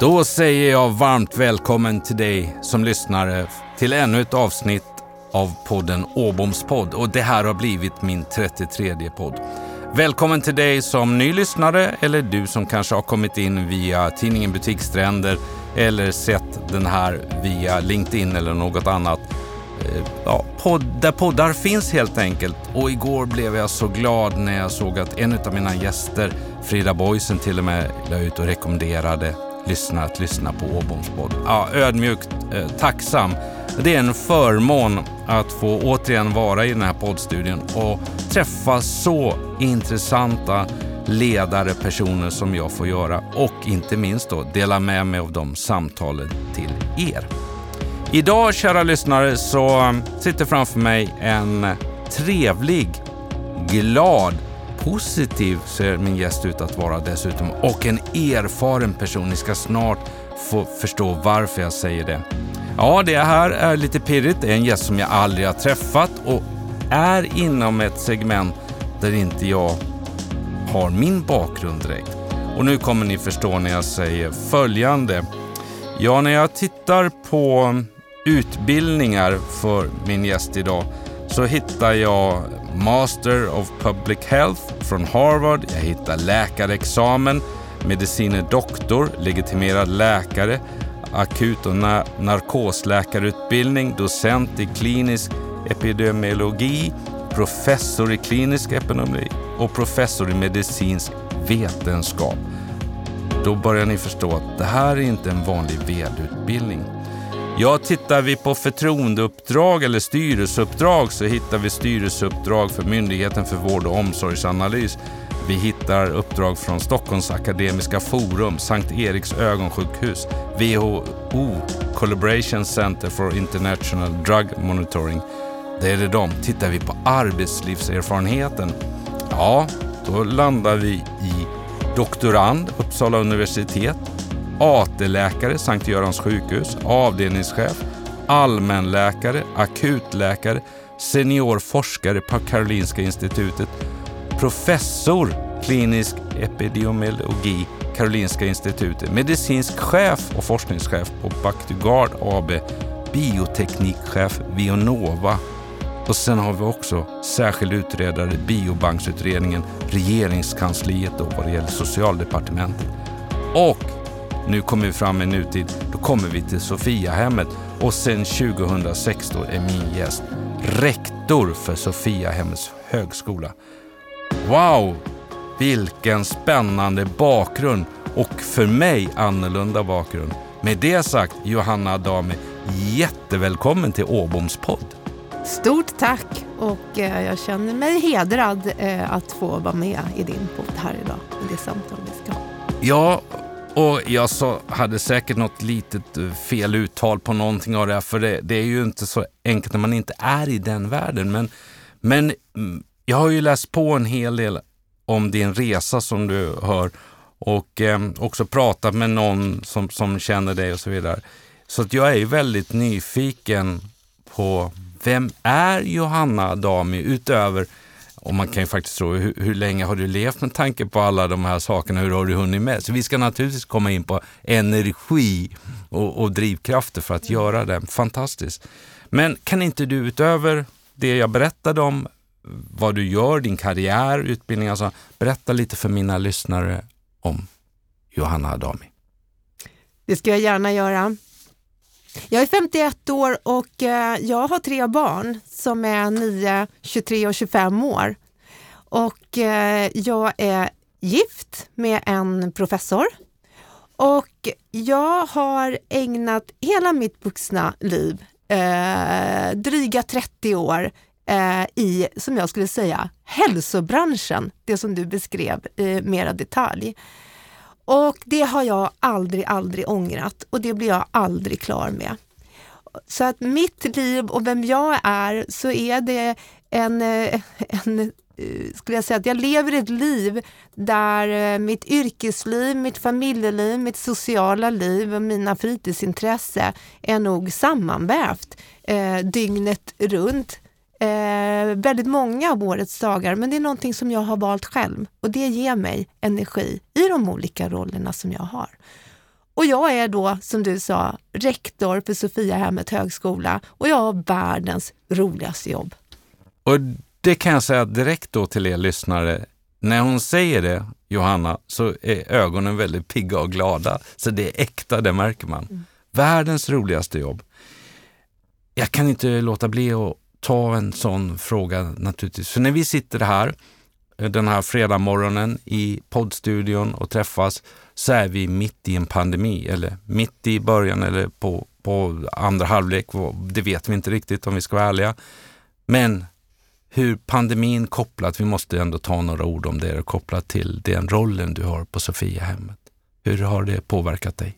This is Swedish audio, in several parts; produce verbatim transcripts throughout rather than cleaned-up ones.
Då säger jag varmt välkommen till dig som lyssnare till ännu ett avsnitt av podden Åboms podd. Och det här har blivit min trettiotredje podd. Välkommen till dig som ny lyssnare eller du som kanske har kommit in via tidningen Butikstrender eller sett den här via LinkedIn eller något annat. Ja, podd, där poddar finns helt enkelt. Och igår blev jag så glad när jag såg att en av mina gäster, Frida Boisen, till och med la ut och rekommenderade lyssna att lyssna på Åboms podd. Ja, ödmjukt eh, tacksam. Det är en förmån att få återigen vara i den här poddstudien och träffa så intressanta ledare, personer som jag får göra och inte minst då dela med mig av de samtalen till er. Idag, kära lyssnare, så sitter framför mig en trevlig, glad, positiv ser min gäst ut att vara dessutom och en erfaren person. Ni ska snart få förstå varför jag säger det. Ja, det här är lite pirrigt. Det är en gäst som jag aldrig har träffat och är inom ett segment där inte jag har min bakgrund direkt. Och nu kommer ni förstå när jag säger följande. Ja, när jag tittar på utbildningar för min gäst idag så hittar jag Master of Public Health från Harvard. Jag hittar läkarexamen, medicine doktor, legitimerad läkare, akut- och na- narkosläkarutbildning, docent i klinisk epidemiologi, professor i klinisk epidemiologi och professor i medicinsk vetenskap. Då börjar ni förstå att det här är inte en vanlig V D-utbildning. Ja, tittar vi på förtroendeuppdrag eller styrelseuppdrag så hittar vi styrelseuppdrag för Myndigheten för vård- och omsorgsanalys. Vi hittar uppdrag från Stockholms akademiska forum, Sankt Eriks ögonsjukhus, W H O, Collaboration Center for International Drug Monitoring. Det är det de. Tittar vi på arbetslivserfarenheten, ja, då landar vi i doktorand, Uppsala universitet, A T-läkare, Sankt Görans sjukhus, avdelningschef, allmänläkare, akutläkare, seniorforskare på Karolinska institutet, professor klinisk epidemiologi, Karolinska institutet, medicinsk chef och forskningschef på Bactiguard A B, bioteknikchef Vionova. Och sen har vi också särskild utredare i biobanksutredningen, regeringskansliet och vad det gäller socialdepartementet. Och nu kommer vi fram i nutid, då kommer vi till Sofiahemmet och sen tjugohundrasexton är min gäst rektor för Sofiahemmets högskola. Wow, vilken spännande bakgrund och för mig annorlunda bakgrund. Med det sagt, Johanna Adami, jättevälkommen till Åboms podd. Stort tack och eh, jag känner mig hedrad eh, att få vara med i din podd här idag i det samtal vi ska ha. Ja, och jag så hade säkert något litet fel uttal på någonting av det här, för det, det är ju inte så enkelt när man inte är i den världen. Men, men jag har ju läst på en hel del om din resa som du hör och eh, också pratat med någon som, som känner dig och så vidare. Så att jag är ju väldigt nyfiken på vem är Johanna Adami utöver, och man kan ju faktiskt tro, hur, hur länge har du levt med tanke på alla de här sakerna, hur har du hunnit med? Så vi ska naturligtvis komma in på energi och, och drivkrafter för att göra det. Fantastiskt. Men kan inte du utöver det jag berättade om, vad du gör, din karriär, utbildning, alltså, berätta lite för mina lyssnare om Johanna Adami? Det ska jag gärna göra. Jag är femtioett år och jag har tre barn som är nio, tjugotre och tjugofem år. Och jag är gift med en professor. Och jag har ägnat hela mitt vuxna liv, eh, dryga trettio år, eh, i, som jag skulle säga, hälsobranschen. Det som du beskrev i mera detalj. Och det har jag aldrig, aldrig ångrat och det blir jag aldrig klar med. Så att mitt liv och vem jag är, så är det en, en skulle jag säga att jag lever ett liv där mitt yrkesliv, mitt familjeliv, mitt sociala liv och mina fritidsintressen är nog sammanvävt eh, dygnet runt. Eh, väldigt många av årets dagar, men det är någonting som jag har valt själv och det ger mig energi i de olika rollerna som jag har. Och jag är då, som du sa, rektor för Sofiahemmet högskola och jag har världens roligaste jobb. Och det kan jag säga direkt då till er lyssnare. När hon säger det, Johanna, så är ögonen väldigt pigga och glada. Så det är äkta, det märker man. Mm. Världens roligaste jobb. Jag kan inte låta bli att ta en sån fråga naturligtvis. För när vi sitter här den här fredagsmorgonen i poddstudion och träffas, så är vi mitt i en pandemi. Eller mitt i början eller på, på andra halvlek. Det vet vi inte riktigt om vi ska vara ärliga. Men hur pandemin kopplat, vi måste ändå ta några ord om det, kopplat till den rollen du har på Sofiahemmet. Hur har det påverkat dig?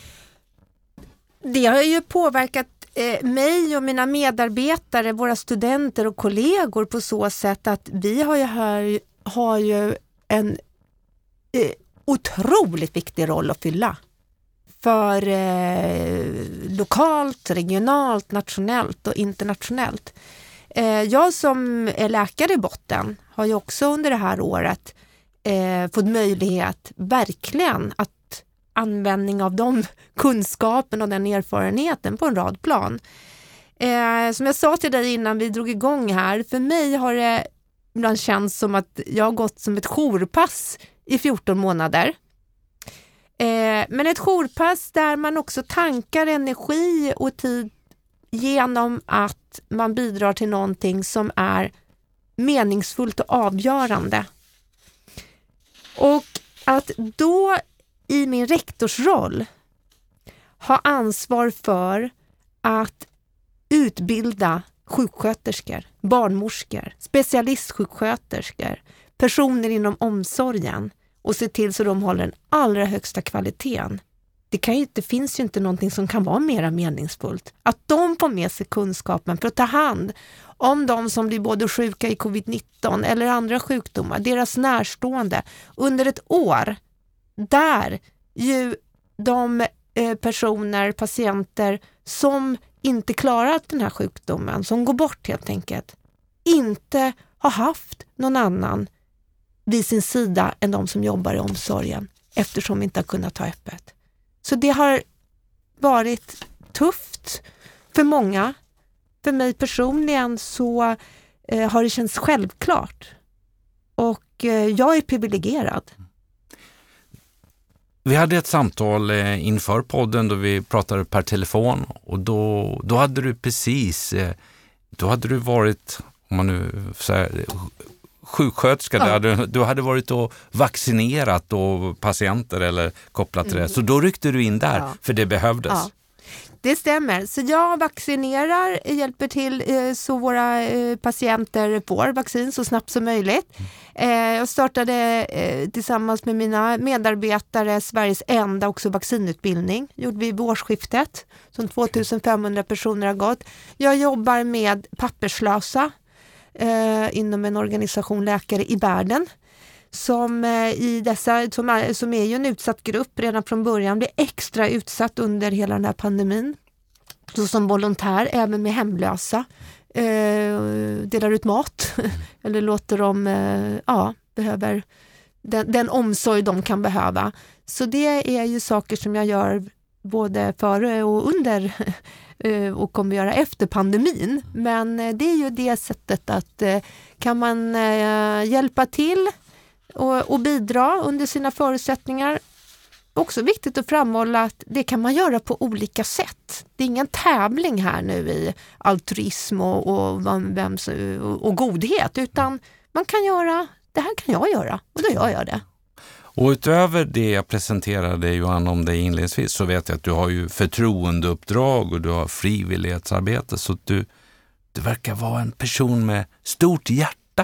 Det har ju påverkat eh, mig och mina medarbetare, våra studenter och kollegor på så sätt att vi har ju, här, har ju en eh, otroligt viktig roll att fylla. För eh, lokalt, regionalt, nationellt och internationellt. Jag som är läkare i botten har ju också under det här året eh, fått möjlighet verkligen att användning av de kunskapen och den erfarenheten på en rad plan. Eh, som jag sa till dig innan vi drog igång här, för mig har det ibland känts som att jag har gått som ett jourpass i fjorton månader. Eh, men ett jourpass där man också tankar energi och tid genom att man bidrar till någonting som är meningsfullt och avgörande. Och att då i min rektorsroll ha ansvar för att utbilda sjuksköterskor, barnmorskor, specialistsjuksköterskor, personer inom omsorgen och se till så de håller den allra högsta kvaliteten. Det, kan ju, det finns ju inte någonting som kan vara mer meningsfullt. Att de får med sig kunskapen för att ta hand om de som blir både sjuka i covid nitton eller andra sjukdomar, deras närstående, under ett år där ju de eh, personer, patienter som inte klarat den här sjukdomen, som går bort helt enkelt, inte har haft någon annan vid sin sida än de som jobbar i omsorgen eftersom de inte har kunnat ta öppet. Så det har varit tufft för många. För mig personligen så eh, har det känts självklart. Och eh, jag är privilegierad. Vi hade ett samtal eh, inför podden då vi pratade per telefon. Och då, då hade du precis, eh, då hade du varit, om man nu säger sjuksköterska, ja. hade, du hade varit och vaccinerat då patienter eller kopplat till mm. det. Så då ryckte du in där, ja. för det behövdes. Ja. Det stämmer. Så jag vaccinerar, hjälper till så våra patienter får vaccin så snabbt som möjligt. Jag startade tillsammans med mina medarbetare Sveriges enda också vaccinutbildning. Gjorde vi vid årsskiftet. Som tvåtusenfemhundra personer har gått. Jag jobbar med papperslösa eh, inom en organisation Läkare i världen. Som, eh, i dessa, som, är, som är ju en utsatt grupp redan från början, blir extra utsatt under hela den här pandemin. Så som volontär, även med hemlösa, eh, delar ut mat eller låter dem, eh, ja, behöver den, den omsorg de kan behöva. Så det är ju saker som jag gör både före och under och kommer göra efter pandemin. Men det är ju det sättet att kan man hjälpa till och, och bidra under sina förutsättningar. Också viktigt att framhålla att det kan man göra på olika sätt. Det är ingen tävling här nu i altruism och, och, vems, och, och godhet, utan man kan göra, det här kan jag göra och då gör jag det. Och utöver det jag presenterade Johan om dig inledningsvis, så vet jag att du har ju förtroendeuppdrag och du har frivillighetsarbete, så att du, du verkar vara en person med stort hjärta.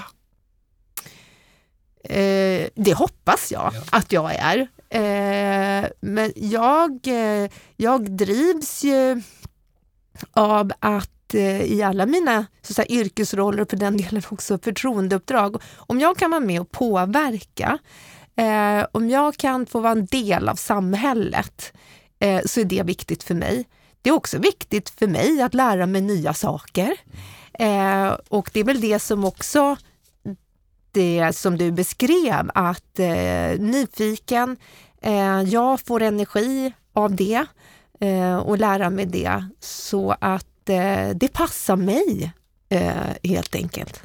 Eh, det hoppas jag ja. att jag är. Eh, men jag, eh, jag drivs ju av att eh, i alla mina så att säga, yrkesroller och för den delen också förtroendeuppdrag, om jag kan vara med och påverka, Eh, om jag kan få vara en del av samhället eh, så är det viktigt för mig. Det är också viktigt för mig att lära mig nya saker. Eh, och det är väl det som också, det som du beskrev, att eh, nyfiken, eh, jag får energi av det eh, och lära mig det så att eh, det passar mig eh, helt enkelt.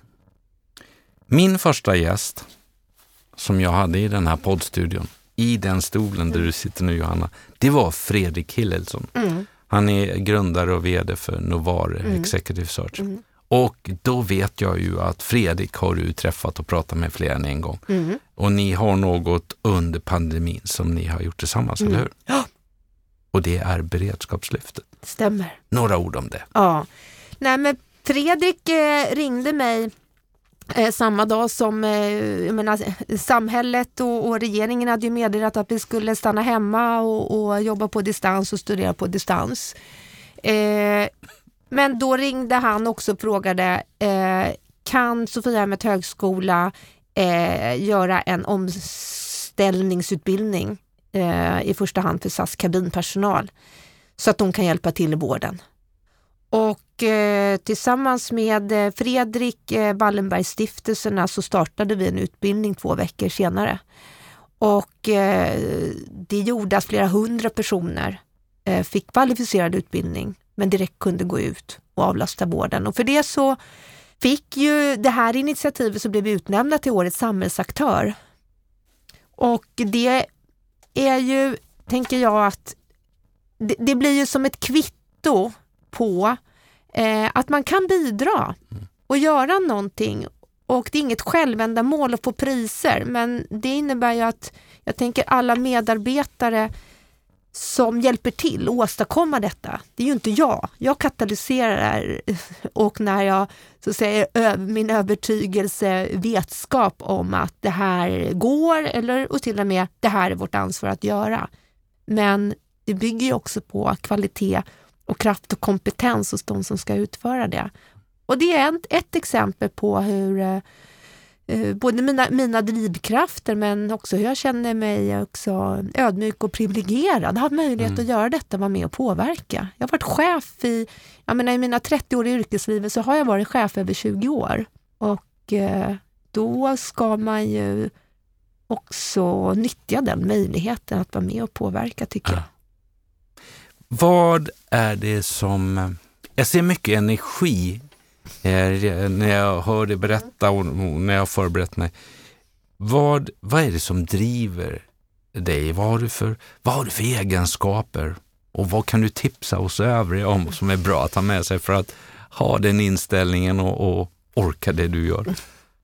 Min första gäst som jag hade i den här poddstudion, i den stolen där du sitter nu, Johanna, det var Fredrik Hillelsson. Mm. Han är grundare och vd för Novare mm. Executive Search. Mm. Och då vet jag ju att Fredrik har du träffat och pratat med fler än en gång. Mm. Och ni har något under pandemin som ni har gjort tillsammans, mm. eller hur? Ja. Och det är beredskapslyftet. Stämmer. Några ord om det. Ja. Nej, men Fredrik eh, ringde mig eh, samma dag som eh, jag menar, samhället och, och regeringen hade ju meddelat att vi skulle stanna hemma och, och jobba på distans och studera på distans. Eh, Men då ringde han också och frågade, eh, kan Sofiahemmet högskola eh, göra en omställningsutbildning eh, i första hand för S A S kabinpersonal så att de kan hjälpa till i vården. Och eh, tillsammans med Fredrik eh, Wallenberg-stiftelserna så startade vi en utbildning två veckor senare. Och eh, det gjorde att flera hundra personer eh, fick kvalificerad utbildning, men direkt kunde gå ut och avlasta vården. Och för det så fick ju det här initiativet så blev vi utnämnda till årets samhällsaktör. Och det är ju, tänker jag, att det, det blir ju som ett kvitto på eh, att man kan bidra och göra någonting. Och det är inget självändamål att få priser, men det innebär ju att jag tänker alla medarbetare som hjälper till att åstadkomma detta. Det är ju inte jag. Jag katalyserar och när jag så säger min övertygelse, vetskap om att det här går eller och till och med det här är vårt ansvar att göra. Men det bygger ju också på kvalitet och kraft och kompetens hos de som ska utföra det. Och det är ett, ett exempel på hur eh, både mina, mina drivkrafter men också hur jag känner mig också ödmjuk och privilegierad. Jag har möjlighet mm. att göra detta, vara med och påverka. Jag har varit chef i, jag menar, i mina trettio år i yrkeslivet så har jag varit chef över tjugo år. Och eh, då ska man ju också nyttja den möjligheten att vara med och påverka, tycker jag. Vad är det som... Jag ser mycket energi när jag hör dig berätta och när jag har förberett mig. Vad, vad är det som driver dig? Vad har du för, vad har du för egenskaper? Och vad kan du tipsa oss övriga om som är bra att ha med sig för att ha den inställningen och, och orka det du gör?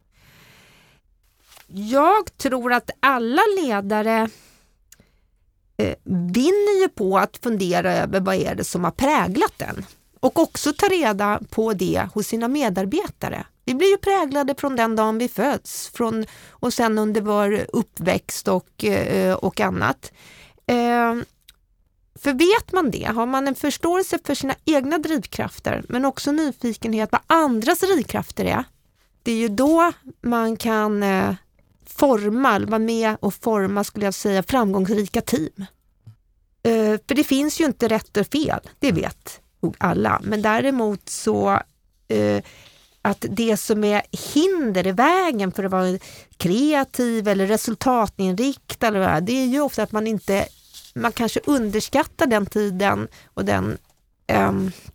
Jag tror att alla ledare eh, vinner ju på att fundera över vad är det som har präglat den. Och också ta reda på det hos sina medarbetare. Vi blir ju präglade från den dagen vi föds från, och sen under vår uppväxt och, eh, och annat. Eh, för vet man det, har man en förståelse för sina egna drivkrafter men också nyfikenhet vad andras drivkrafter är. Det är ju då man kan eh, forma, vara med och forma, skulle jag säga, framgångsrika team. Eh, för det finns ju inte rätt och fel, det vet alla. Men däremot så eh, att det som är hinder i vägen för att vara kreativ eller resultatinriktad eller vad, det är ju ofta att man inte, man kanske underskattar den tiden och den eh,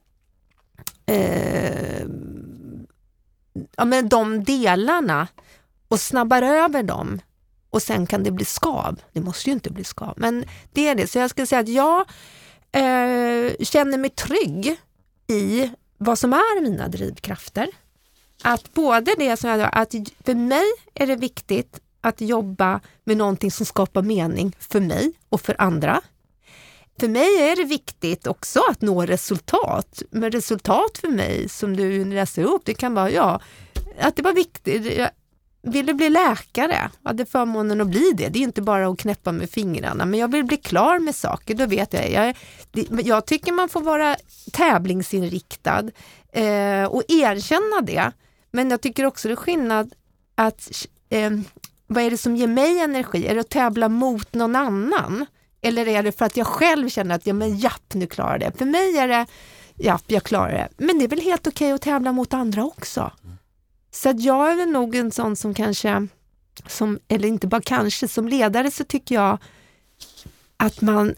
eh, ja, men de delarna och snabbar över dem och sen kan det bli skav. Det måste ju inte bli skav, men det är det. Så jag ska säga att jag eh, känner mig trygg i vad som är mina drivkrafter. Att både det som jag, att för mig är det viktigt att jobba med någonting som skapar mening för mig och för andra. För mig är det viktigt också att nå resultat. Men resultat för mig, som du läser upp, det kan vara ja, att det var viktigt. Jag ville bli läkare, jag hade förmånen att bli det. Det är inte bara att knäppa med fingrarna, men jag vill bli klar med saker. Då vet jag, jag, jag tycker man får vara tävlingsinriktad eh, och erkänna det. Men jag tycker också det är skillnad att eh, vad är det som ger mig energi? Är det att tävla mot någon annan? Eller är det för att jag själv känner att ja, men japp, nu klarar det. För mig är det, japp, jag klarar det. Men det är väl helt okej att tävla mot andra också. Så att jag är väl nog en sån som kanske, som, eller inte bara kanske, som ledare så tycker jag att man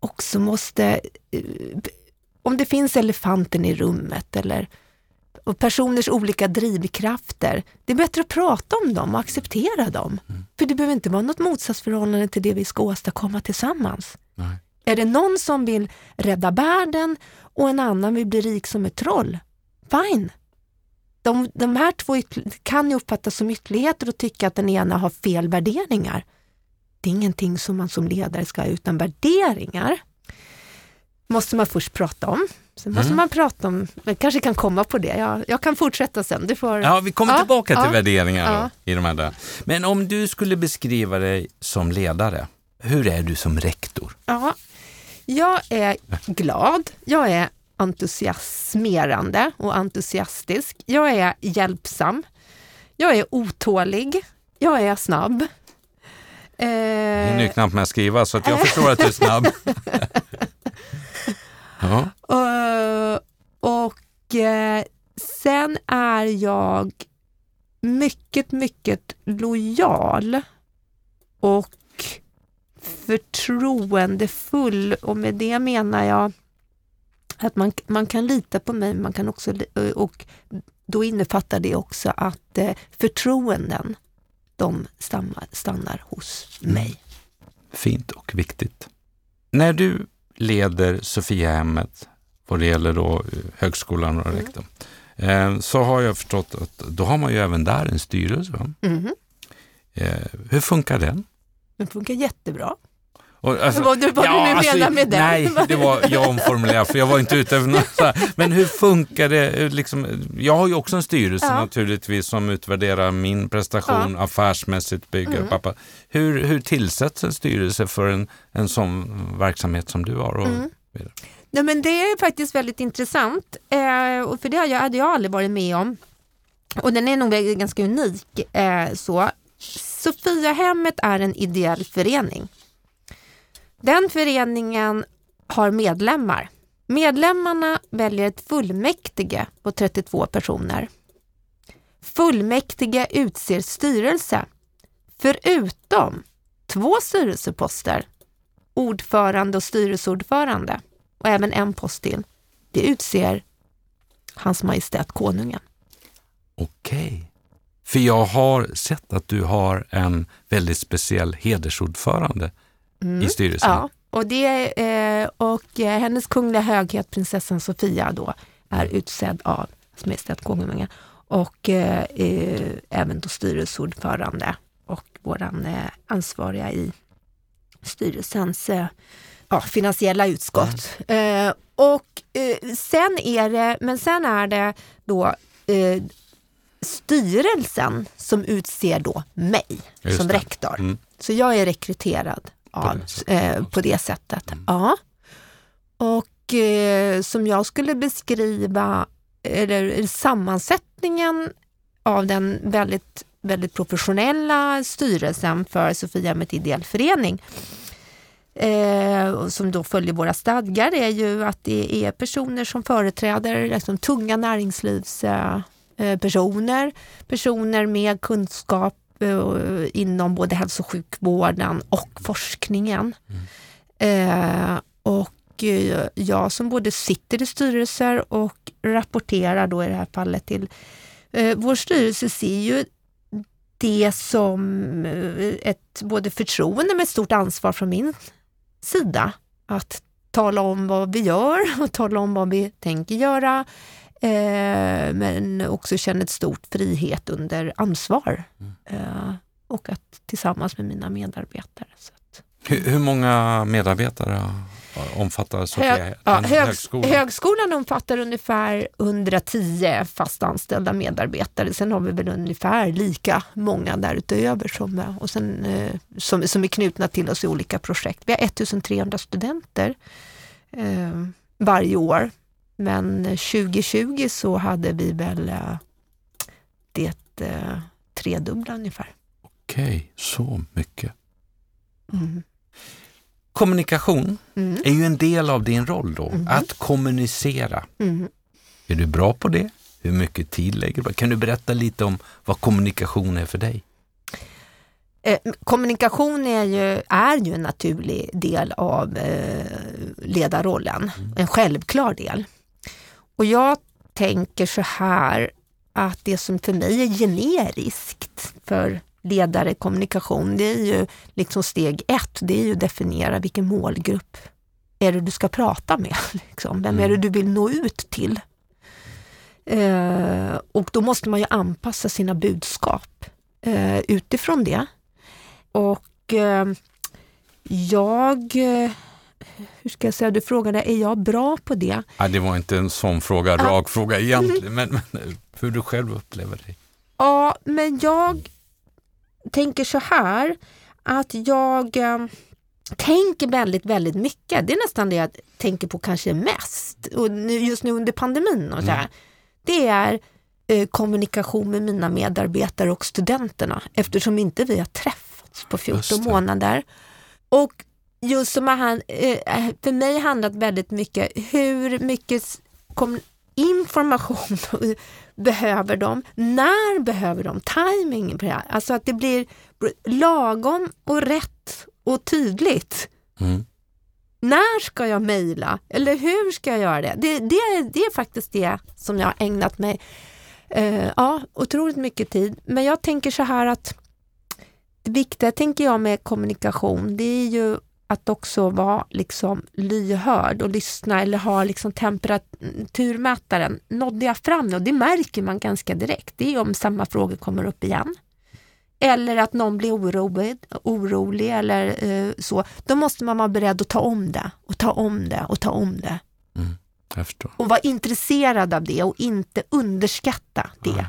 också måste, om det finns elefanten i rummet eller och personers olika drivkrafter, det är bättre att prata om dem och acceptera dem. Mm. För det behöver inte vara något motsatsförhållande till det vi ska åstadkomma tillsammans. Nej. Är det någon som vill rädda världen och en annan vill bli rik som ett troll? Fine. De, de här två kan ju uppfattas som ytterligheter och tycka att den ena har fel värderingar. Det är ingenting som man som ledare ska ha, utan värderingar måste man först prata om. Sen måste mm. man prata om, men kanske kan komma på det. Jag, jag kan fortsätta sen. Du får... Ja, vi kommer ja, tillbaka till ja, värderingar ja. Då, i de här där. Men om du skulle beskriva dig som ledare, hur är du som rektor? Ja, jag är glad. Jag är entusiasmerande och entusiastisk. Jag är hjälpsam. Jag är otålig. Jag är snabb. Det är nu knappt med att skriva så att jag förstår att du är snabb. Ja. Uh, och uh, sen är jag mycket, mycket lojal och förtroendefull, och med det menar jag att man, man kan lita på mig, man kan också, och då innefattar det också att uh, förtroenden, de stannar, stannar hos mig. Fint och viktigt. När du leder Sofiahemmet, vad det gäller då högskolan och rektorn, mm. så har jag förstått att då har man ju även där en styrelse. Va? Mm. Hur funkar den? Den funkar jättebra. Och, alltså, vad du, vad ja, du nu alltså, menar med det? Nej, det var jag omformulerade, för jag var inte ute över något så här. Men hur funkar det? Liksom, jag har ju också en styrelse ja. naturligtvis som utvärderar min prestation, ja. affärsmässigt bygger. Mm. Pappa. Hur, hur tillsätts en styrelse för en, en sån verksamhet som du har? Och mm. Nej, men det är faktiskt väldigt intressant, eh, och för det hade jag aldrig varit med om. Och den är nog ganska unik. Eh, så. Sofiahemmet är en ideell förening. Den föreningen har medlemmar. Medlemmarna väljer ett fullmäktige på trettiotvå personer. Fullmäktige utser styrelse. Förutom två styrelseposter, ordförande och styrelseordförande, och även en post till, det utser Hans Majestät Konungen. Okej. För jag har sett att du har en väldigt speciell hedersordförande mm. i styrelsen. Ja, och, det, eh, och eh, hennes kungliga höghet prinsessan Sofia då är utsedd av Hans Majestät Konungen, och eh, eh, även då styrelseordförande och våran eh, ansvariga i styrelsens eh, ja, finansiella utskott. Mm. Eh, och eh, sen är det, men sen är det då eh, styrelsen som utser då mig Just som det. rektor. Mm. Så jag är rekryterad av, på, det eh, på det sättet. Mm. Ja. Och eh, som jag skulle beskriva eller sammansättningen av den väldigt, väldigt professionella styrelsen för Sofiahemmet ideell förening, eh, som då följer våra stadgar, är ju att det är personer som företräder liksom tunga näringslivs eh, personer, personer med kunskap eh, inom både hälso- och sjukvården och forskningen. Mm. Eh, och eh, jag som både sitter i styrelser och rapporterar då i det här fallet till eh, vår styrelse, ser ju det som ett både förtroende med stort ansvar från min sida att tala om vad vi gör och tala om vad vi tänker göra. Eh, men också känner ett stort frihet under ansvar mm. eh, och att tillsammans med mina medarbetare. Så att. Hur, hur många medarbetare omfattar Sofia? Hög, ja, hög, högskolan? Högskolan omfattar ungefär hundratio fast anställda medarbetare. Sen har vi väl ungefär lika många därutöver som, och sen, eh, som, som är knutna till oss i olika projekt. Vi har ettusentrehundra studenter eh, varje år. Men tjugo tjugo så hade vi väl äh, det äh, tredubbla ungefär. Okej, så mycket. Mm. Kommunikation mm. är ju en del av din roll då. Mm. Att kommunicera. Mm. Är du bra på det? Hur mycket tid lägger du? Kan du berätta lite om vad kommunikation är för dig? Eh, kommunikation är ju, är ju en naturlig del av eh, ledarrollen. Mm. En självklar del. Och jag tänker så här att det som för mig är generiskt för ledare kommunikation, det är ju liksom steg ett. Det är ju att definiera vilken målgrupp är det du ska prata med. Liksom. Vem är det du vill nå ut till? Eh, och då måste man ju anpassa sina budskap eh, utifrån det. Och eh, jag, eh, hur ska jag säga, du frågade, är jag bra på det? Ja, det var inte en sån fråga, ja. rak fråga egentligen, men, men hur du själv upplever det. Ja, men jag tänker så här, att jag eh, tänker väldigt, väldigt mycket. Det är nästan det jag tänker på kanske mest. Och nu, just nu under pandemin och så här. Mm. Det är eh, kommunikation med mina medarbetare och studenterna. Eftersom inte vi har träffats på fjorton månader. Och just som här, eh, för mig handlat väldigt mycket hur mycket kom, information behöver de, när behöver de, timing på det här. Alltså att det blir lagom och rätt och tydligt. Mm. När ska jag mejla? Eller hur ska jag göra det? Det, det, det är faktiskt det som jag har ägnat mig eh, ja, otroligt mycket tid. Men jag tänker så här att det viktiga, tänker jag, med kommunikation, det är ju att också vara liksom lyhörd och lyssna, eller ha liksom temperaturmätaren. Nådde jag fram? Och det märker man ganska direkt. Det är om samma frågor kommer upp igen. Eller att någon blir orolig, orolig eller eh, så. Då måste man vara beredd att ta om det. Och ta om det och ta om det. Mm, jag förstår. Och vara intresserad av det och inte underskatta det. Ja.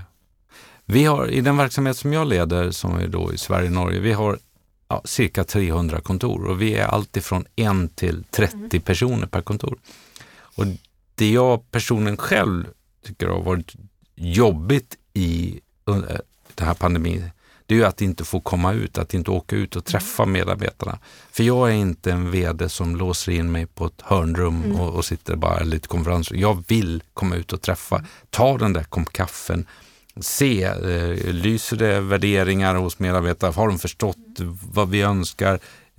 Vi har, i den verksamhet som jag leder, som är då i Sverige och Norge, vi har ja, cirka trehundra kontor. Och vi är alltifrån en till trettio mm. personer per kontor. Och det jag personen själv tycker har varit jobbigt i uh, den här pandemin, det är ju att inte få komma ut, att inte åka ut och träffa medarbetarna. För jag är inte en vd som låser in mig på ett hörnrum mm. och, och sitter bara lite konferenser. Jag vill komma ut och träffa, ta den där kopp kaffen, se, eh, lyser det värderingar hos medarbetare, har de förstått mm. vad vi önskar,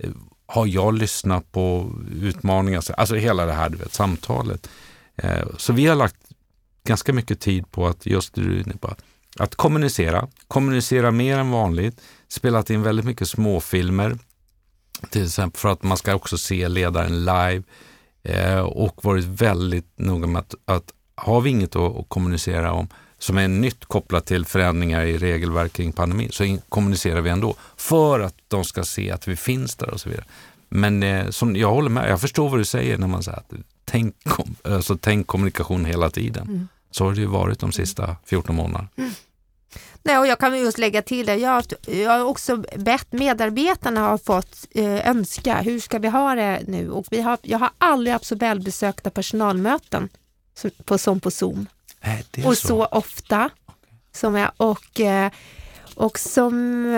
har jag lyssnat på utmaningar, alltså hela det här, du vet, samtalet. Eh, så vi har lagt ganska mycket tid på att just på att kommunicera, kommunicera mer än vanligt, spelat in väldigt mycket småfilmer, till exempel för att man ska också se ledaren live, eh, och varit väldigt noga med att, att har vi inget att, att kommunicera om som är nytt kopplat till förändringar i regelverk kring pandemin, så in, kommunicerar vi ändå för att de ska se att vi finns där och så vidare. Men eh, som jag håller med, jag förstår vad du säger när man säger att tänk, alltså, tänk kommunikation hela tiden. Mm. Så har det ju varit de sista fjorton månaderna. Mm. Nej, och jag kan just lägga till det. Jag, jag har också bett medarbetarna har fått eh, önska, hur ska vi ha det nu? Och vi har, jag har aldrig haft så välbesökta personalmöten så, på, som på Zoom. Äh, och så. så ofta. Okay. Som jag, och, eh, och som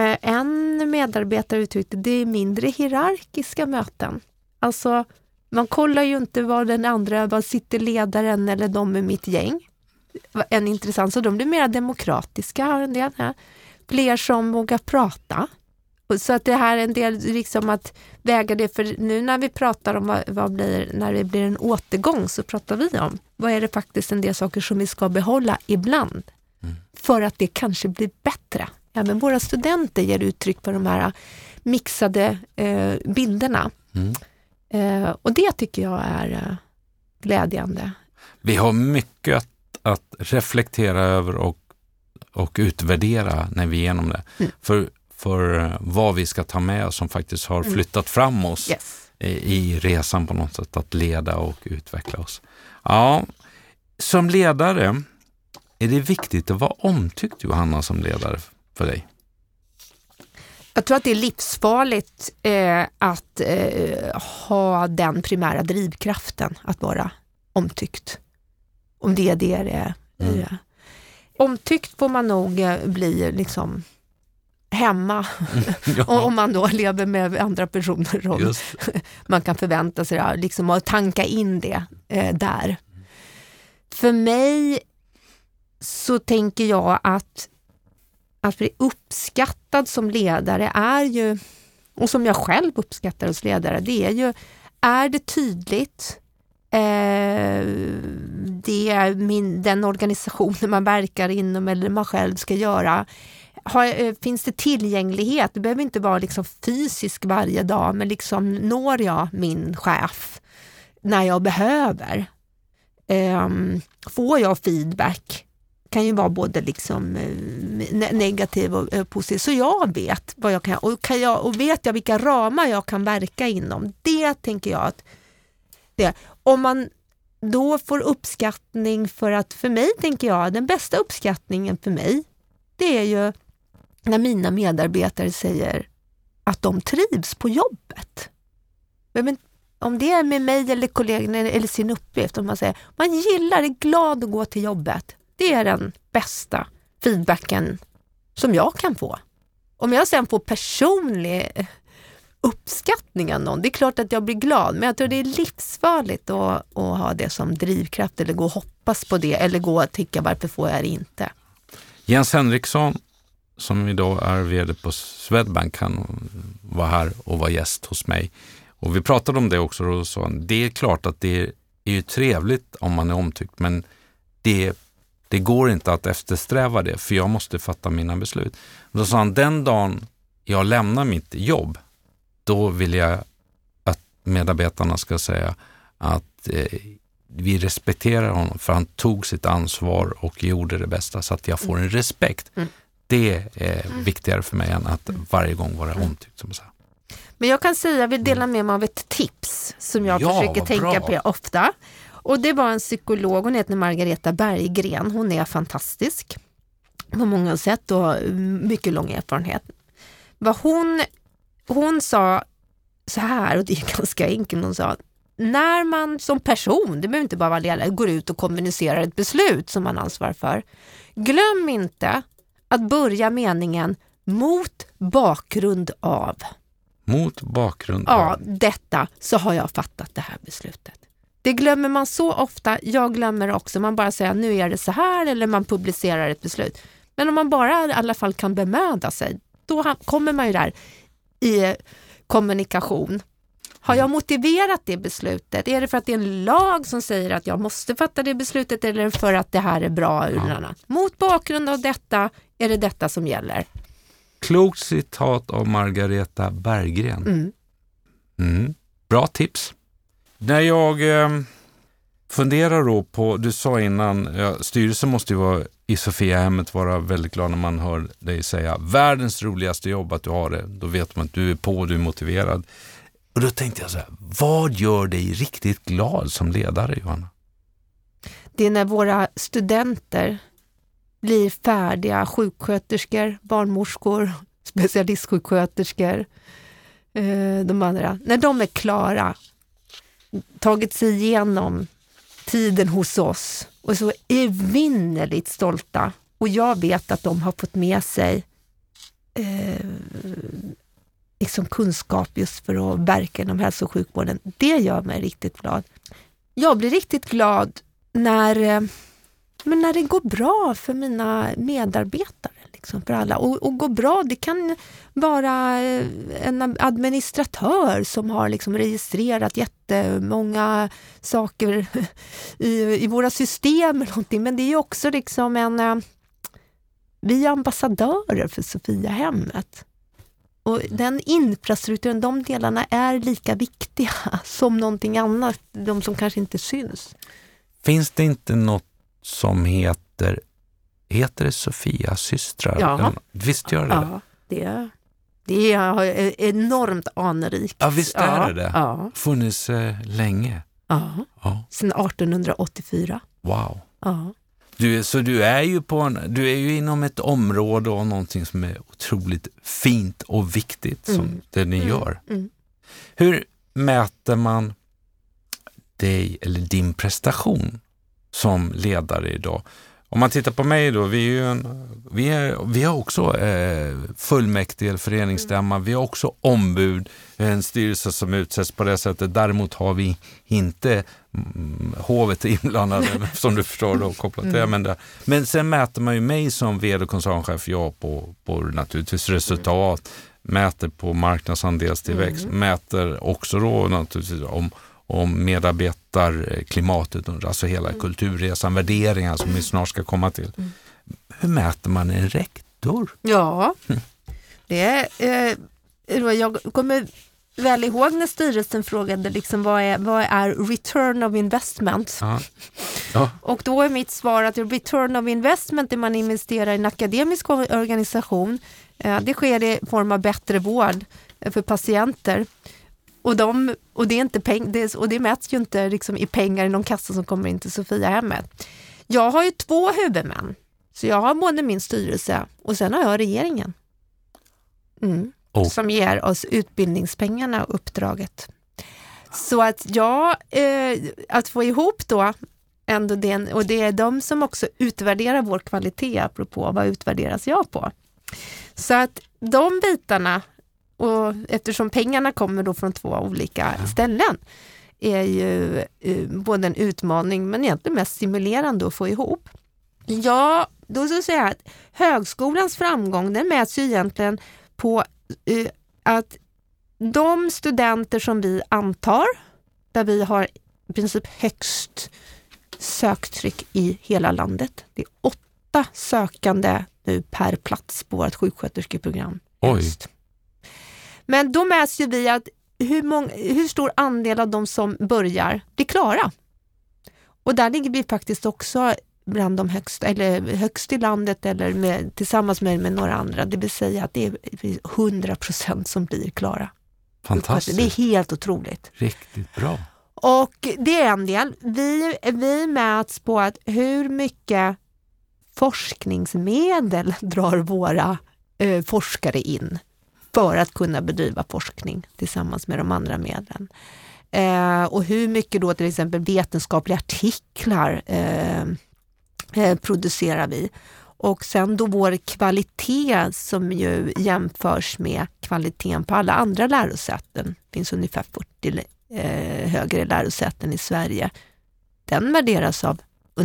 en medarbetare uttryckte, det är mindre hierarkiska möten. Alltså, man kollar ju inte vad den andra, vad sitter ledaren eller de i mitt gäng. En intressant, så de blir mer demokratiska, har en del här. Fler som vågar prata. Och så att det här är en del liksom att väga det, för nu när vi pratar om vad, vad blir, när det blir en återgång, så pratar vi om vad är det faktiskt en del saker som vi ska behålla ibland. Mm. För att det kanske blir bättre. Även våra studenter ger uttryck för de här mixade eh, bilderna. Mm. Eh, och det tycker jag är eh, glädjande. Vi har mycket att att reflektera över och, och utvärdera när vi är igenom det. Mm. För, för vad vi ska ta med oss som faktiskt har flyttat fram oss yes. i, i resan på något sätt att leda och utveckla oss. Ja, som ledare är det viktigt att vara omtyckt, Johanna, som ledare för dig. Jag tror att det är livsfarligt eh, att eh, ha den primära drivkraften att vara omtyckt. Om det är det det är. Mm. Omtyckt får man nog bli liksom hemma. Ja. Om man då lever med andra personer. Om man kan förvänta sig det, liksom att tanka in det eh, där. Mm. För mig så tänker jag att att bli uppskattad som ledare är ju, och som jag själv uppskattar hos ledare, det är ju, är det tydligt, eh, det är min, den organisationen man verkar inom eller man själv ska göra, har, finns det tillgänglighet? Det behöver inte vara liksom fysisk varje dag, men liksom når jag min chef när jag behöver? Eh, får jag feedback? Kan ju vara både liksom ne- negativ och eh, positiv. Så jag vet vad jag kan, och, kan jag, och vet jag vilka ramar jag kan verka inom. Det tänker jag att det, om man då får uppskattning för att, för mig tänker jag, den bästa uppskattningen för mig, det är ju när mina medarbetare säger att de trivs på jobbet. Men om det är med mig eller kollegorna eller sin uppgift, om man säger man gillar, är glad att gå till jobbet. Det är den bästa feedbacken som jag kan få. Om jag sen får personlig uppskattning av någon, det är klart att jag blir glad, men jag tror det är livsfarligt att, att ha det som drivkraft eller gå och hoppas på det eller gå och tycka varför får jag det inte. Jens Henriksson, som idag är vd på Swedbank, han var här och var gäst hos mig. Och vi pratade om det också och sa, det är klart att det är ju trevligt om man är omtyckt, men det, det går inte att eftersträva det, för jag måste fatta mina beslut. Och då sa han, den dagen jag lämnar mitt jobb, då vill jag att medarbetarna ska säga att eh, vi respekterar honom för han tog sitt ansvar och gjorde det bästa, så att jag får en respekt. Mm. Det är viktigare för mig än att varje gång vara omtyckt, som jag sa. Men jag kan säga, jag vill dela med mig av ett tips som jag ja, försöker tänka bra. på ofta. Och det var en psykolog, hon heter Margareta Berggren. Hon är fantastisk på många sätt och mycket lång erfarenhet. Vad hon, hon sa så här, och det är ganska enkelt, hon sa, när man som person, det behöver inte bara vara ledare, går ut och kommunicerar ett beslut som man ansvarar för, glöm inte att börja meningen mot bakgrund av. Mot bakgrund av. av. Ja, detta, så har jag fattat det här beslutet. Det glömmer man så ofta, jag glömmer också. Man bara säger, nu är det så här, eller man publicerar ett beslut. Men om man bara i alla fall kan bemöda sig, då kommer man ju där i kommunikation. Har jag motiverat det beslutet? Är det för att det är en lag som säger att jag måste fatta det beslutet, eller för att det här är bra ur ja. Mot bakgrund av detta är det detta som gäller. Klokt citat av Margareta Berggren. Mm. Mm. Bra tips. När jag eh, funderar då på, du sa innan, ja, styrelsen måste ju vara i Sofiahemmet vara väldigt glad när man hör dig säga världens roligaste jobb, att du har det. Då vet man att du är på, du är motiverad. Och då tänkte jag så här, vad gör dig riktigt glad som ledare, Johanna? Det är när våra studenter blir färdiga sjuksköterskor, barnmorskor, specialistsjuksköterskor, eh, de andra. När de är klara, tagit sig igenom tiden hos oss och så evinnerligt stolta. Och jag vet att de har fått med sig eh, liksom kunskap just för att verka inom hälso- och sjukvården. Det gör mig riktigt glad. Jag blir riktigt glad när, men när det går bra för mina medarbetare. Liksom för alla. Och, och gå bra, det kan vara en administratör som har liksom registrerat jättemånga saker i, i våra system eller någonting. Men det är ju också liksom en, vi är ambassadörer för Sofiahemmet. Och den infrastrukturen, de delarna är lika viktiga som någonting annat, de som kanske inte syns. Finns det inte något som heter, heter det Sofias systrar? Ja. Visst gör det? Ja, det, det är enormt anrikt. Ja, visst är ja, det det. Ja. Funnits eh, länge. Ja, ja. Sedan arton åttiofyra. Wow. Ja. Du, så du är ju på en, du är ju inom ett område och någonting som är otroligt fint och viktigt som mm. det ni mm. gör. Mm. Hur mäter man dig eller din prestation som ledare idag? Om man tittar på mig då, vi är ju en, vi, är, vi har också eh, fullmäktige eller föreningsstämma, vi har också ombud, en styrelse som utsätts på det sättet. Däremot har vi inte mm, hovet inblandade, som du förstår då, kopplat till det. Men, det. Men sen mäter man ju mig som vd och koncernchef, jag på, på naturligtvis resultat, mäter på marknadsandelstillväxt, mm. mäter också då naturligtvis om om medarbetarklimatet, alltså hela mm. kulturresan, värderingar som vi snart ska komma till. Mm. Hur mäter man en rektor? Ja, det är, eh, jag kommer väl ihåg när styrelsen frågade liksom, vad, är, vad är return of investment? Ja. Ja. Och då är mitt svar att return of investment är man investerar i en akademisk organisation. Eh, det sker i form av bättre vård för patienter. Och, de, och, det är inte peng, det, och det mäts ju inte liksom i pengar i någon kassa som kommer in till Sofiahemmet. Jag har ju två huvudmän. Så jag har både min styrelse och sen har jag regeringen. Mm, oh. Som ger oss utbildningspengarna och uppdraget. Så att jag, eh, att få ihop då ändå den, och det är de som också utvärderar vår kvalitet, apropå vad utvärderas jag på. Så att de bitarna, och eftersom pengarna kommer då från två olika ja. ställen, är ju uh, både en utmaning men egentligen mest stimulerande att få ihop. Ja, då så säger jag att högskolans framgång, den mäts ju egentligen på uh, att de studenter som vi antar, där vi har i princip högst söktryck i hela landet. Det är åtta sökande nu per plats på vårt sjuksköterskeprogram. Oj. Just. Men då mäts ju vi att hur, många, hur stor andel av de som börjar blir klara. Och där ligger vi faktiskt också bland de högsta, eller högst i landet eller med, tillsammans med, med några andra. Det vill säga att det är hundra procent som blir klara. Fantastiskt. Det är helt otroligt. Riktigt bra. Och det är en del. Vi, vi mäts på att hur mycket forskningsmedel drar våra eh, forskare in för att kunna bedriva forskning tillsammans med de andra medlen. Eh, och hur mycket då till exempel vetenskapliga artiklar eh, eh, producerar vi. Och sen då vår kvalitet som ju jämförs med kvaliteten på alla andra lärosäten. Det finns ungefär fyrtio eh, högre lärosäten i Sverige. Den värderas av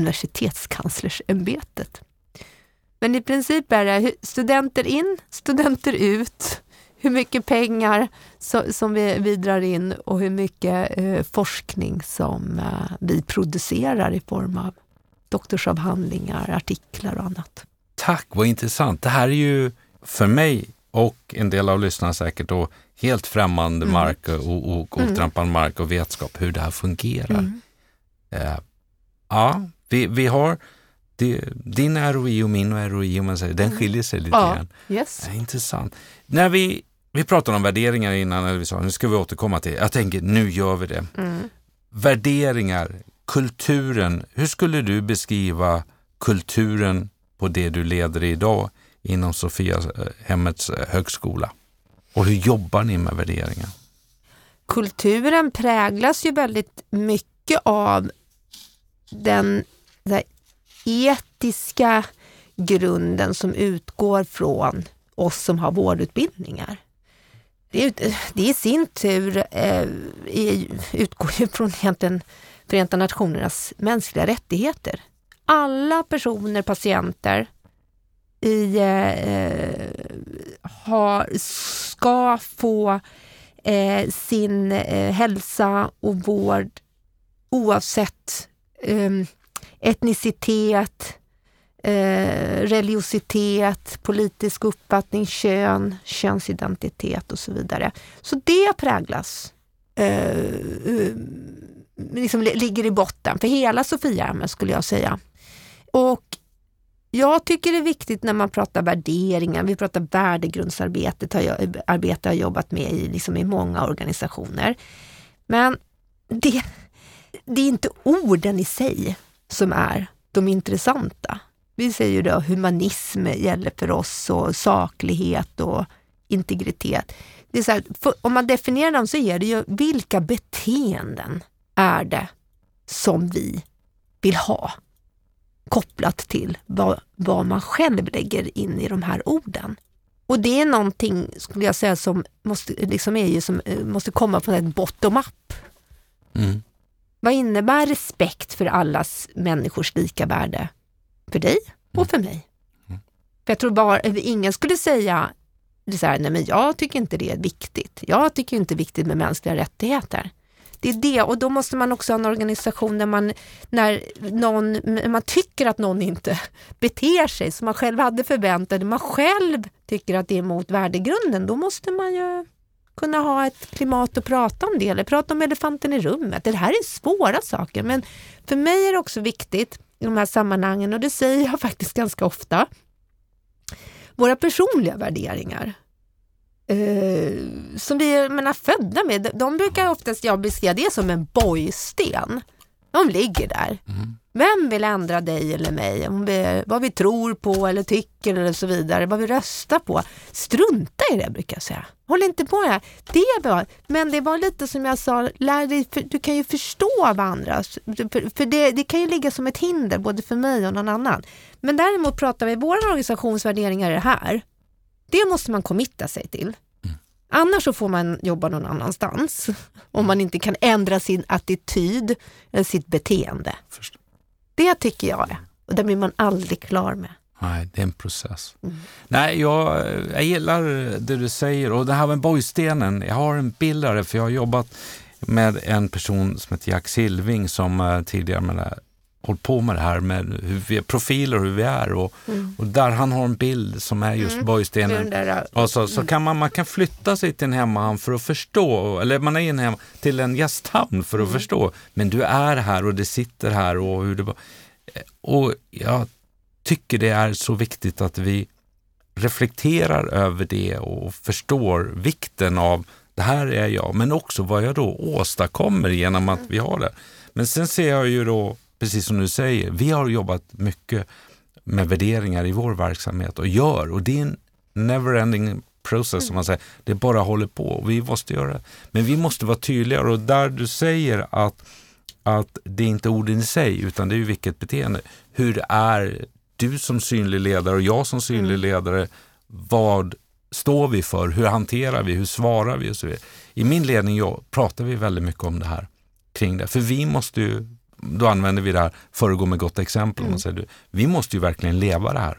universitetskanslersämbetet. Men i princip är det studenter in, studenter ut. Hur mycket pengar så, som vi, vi drar in och hur mycket eh, forskning som eh, vi producerar i form av doktorsavhandlingar, artiklar och annat. Tack, vad intressant. Det här är ju för mig och en del av lyssnarna säkert då helt främmande mm. mark och, och otrampad mm. mark och vetskap hur det här fungerar. Mm. Eh, ja, vi, vi har det, din R O I och min R O I, om man säger, den skiljer sig lite ja, grann. Yes. Det är intressant. När vi, vi pratade om värderingar innan, eller vi sa, nu ska vi återkomma till, jag tänker, nu gör vi det. Mm. Värderingar, kulturen, hur skulle du beskriva kulturen på det du leder idag inom Sofiahemmets högskola? Och hur jobbar ni med värderingar? Kulturen präglas ju väldigt mycket av den där etiska grunden som utgår från oss som har vårdutbildningar. Det, är, det i sin tur eh, utgår ju från egentligen Förenta nationernas mänskliga rättigheter. Alla personer, patienter i, eh, har, ska få eh, sin eh, hälsa och vård oavsett eh, etnicitet, eh, religiositet, politisk uppfattning, kön, könsidentitet och så vidare. Så det präglas eh, liksom ligger i botten för hela Sofiahemmet, skulle jag säga. Och jag tycker det är viktigt när man pratar värderingar, vi pratar värdegrundsarbetet, har jag, arbete har jag jobbat med i, liksom i många organisationer. Men det, det är inte orden i sig som är de intressanta. Vi säger ju då humanism gäller för oss och saklighet och integritet. Det är så här, för, om man definierar dem så är det ju vilka beteenden är det som vi vill ha kopplat till vad, vad man själv lägger in i de här orden. Och det är någonting, skulle jag säga, som måste, liksom är ju, som måste komma från ett bottom-up. Mm. Vad innebär respekt för allas människors lika värde? För dig och för mig. Mm. För jag tror bara, ingen skulle säga så här, nej men jag tycker inte det är viktigt. Jag tycker inte det är viktigt med mänskliga rättigheter. Det är det, och då måste man också ha en organisation där man, när någon, man tycker att någon inte beter sig som man själv hade förväntat, man själv tycker att det är emot värdegrunden, då måste man ju kunna ha ett klimat att prata om det, eller prata om elefanten i rummet. Det här är svåra saker, men för mig är det också viktigt i de här sammanhangen, och det säger jag faktiskt ganska ofta, våra personliga värderingar. Uh, som vi är menar, födda med, de, de brukar oftast jag beskriva det som en bojsten. De ligger där. Mm. Vem vill ändra dig eller mig? Om vi, vad vi tror på eller tycker eller så vidare. Vad vi röstar på. Strunta i det, brukar jag säga. Håll inte på det. Det var, men det var lite som jag sa, lär dig, för, du kan ju förstå varandra. För, för det, det kan ju ligga som ett hinder både för mig och någon annan. Men däremot pratar vi, våra organisationsvärderingar är det här. Det måste man committa sig till. Mm. Annars så får man jobba någon annanstans. Om man inte kan ändra sin attityd eller sitt beteende. Först. Det tycker jag är. Och det blir man aldrig klar med. Nej, det är en process. Mm. Nej, jag, jag gillar det du säger. Och det här med bojstenen, jag har en bild av det. För jag har jobbat med en person som heter Jack Silving som tidigare med det hållit på med det här med hur vi, profiler hur vi är och, mm. och där han har en bild som är just mm. bojstenen där, och så, så kan man, man kan flytta sig till en hemmahamn för att förstå, eller man är in hem till en gästhamn för att mm. förstå, men du är här och det sitter här och hur det var, och jag tycker det är så viktigt att vi reflekterar över det och förstår vikten av det här är jag, men också vad jag då åstadkommer genom att vi har det. Men sen ser jag ju då, precis som du säger, vi har jobbat mycket med värderingar i vår verksamhet och gör, och det är en never-ending process som man säger, det bara håller på och vi måste göra det. Men vi måste vara tydligare, och där du säger att, att det är inte orden i sig utan det är ju vilket beteende. Hur är du som synlig ledare och jag som synlig ledare, vad står vi för, hur hanterar vi, hur svarar vi och så vidare. I min ledning jag, pratar vi väldigt mycket om det här kring det, för vi måste ju, då använder vi det här föregå med gott exempel. Mm. Man säger, vi måste ju verkligen leva det här.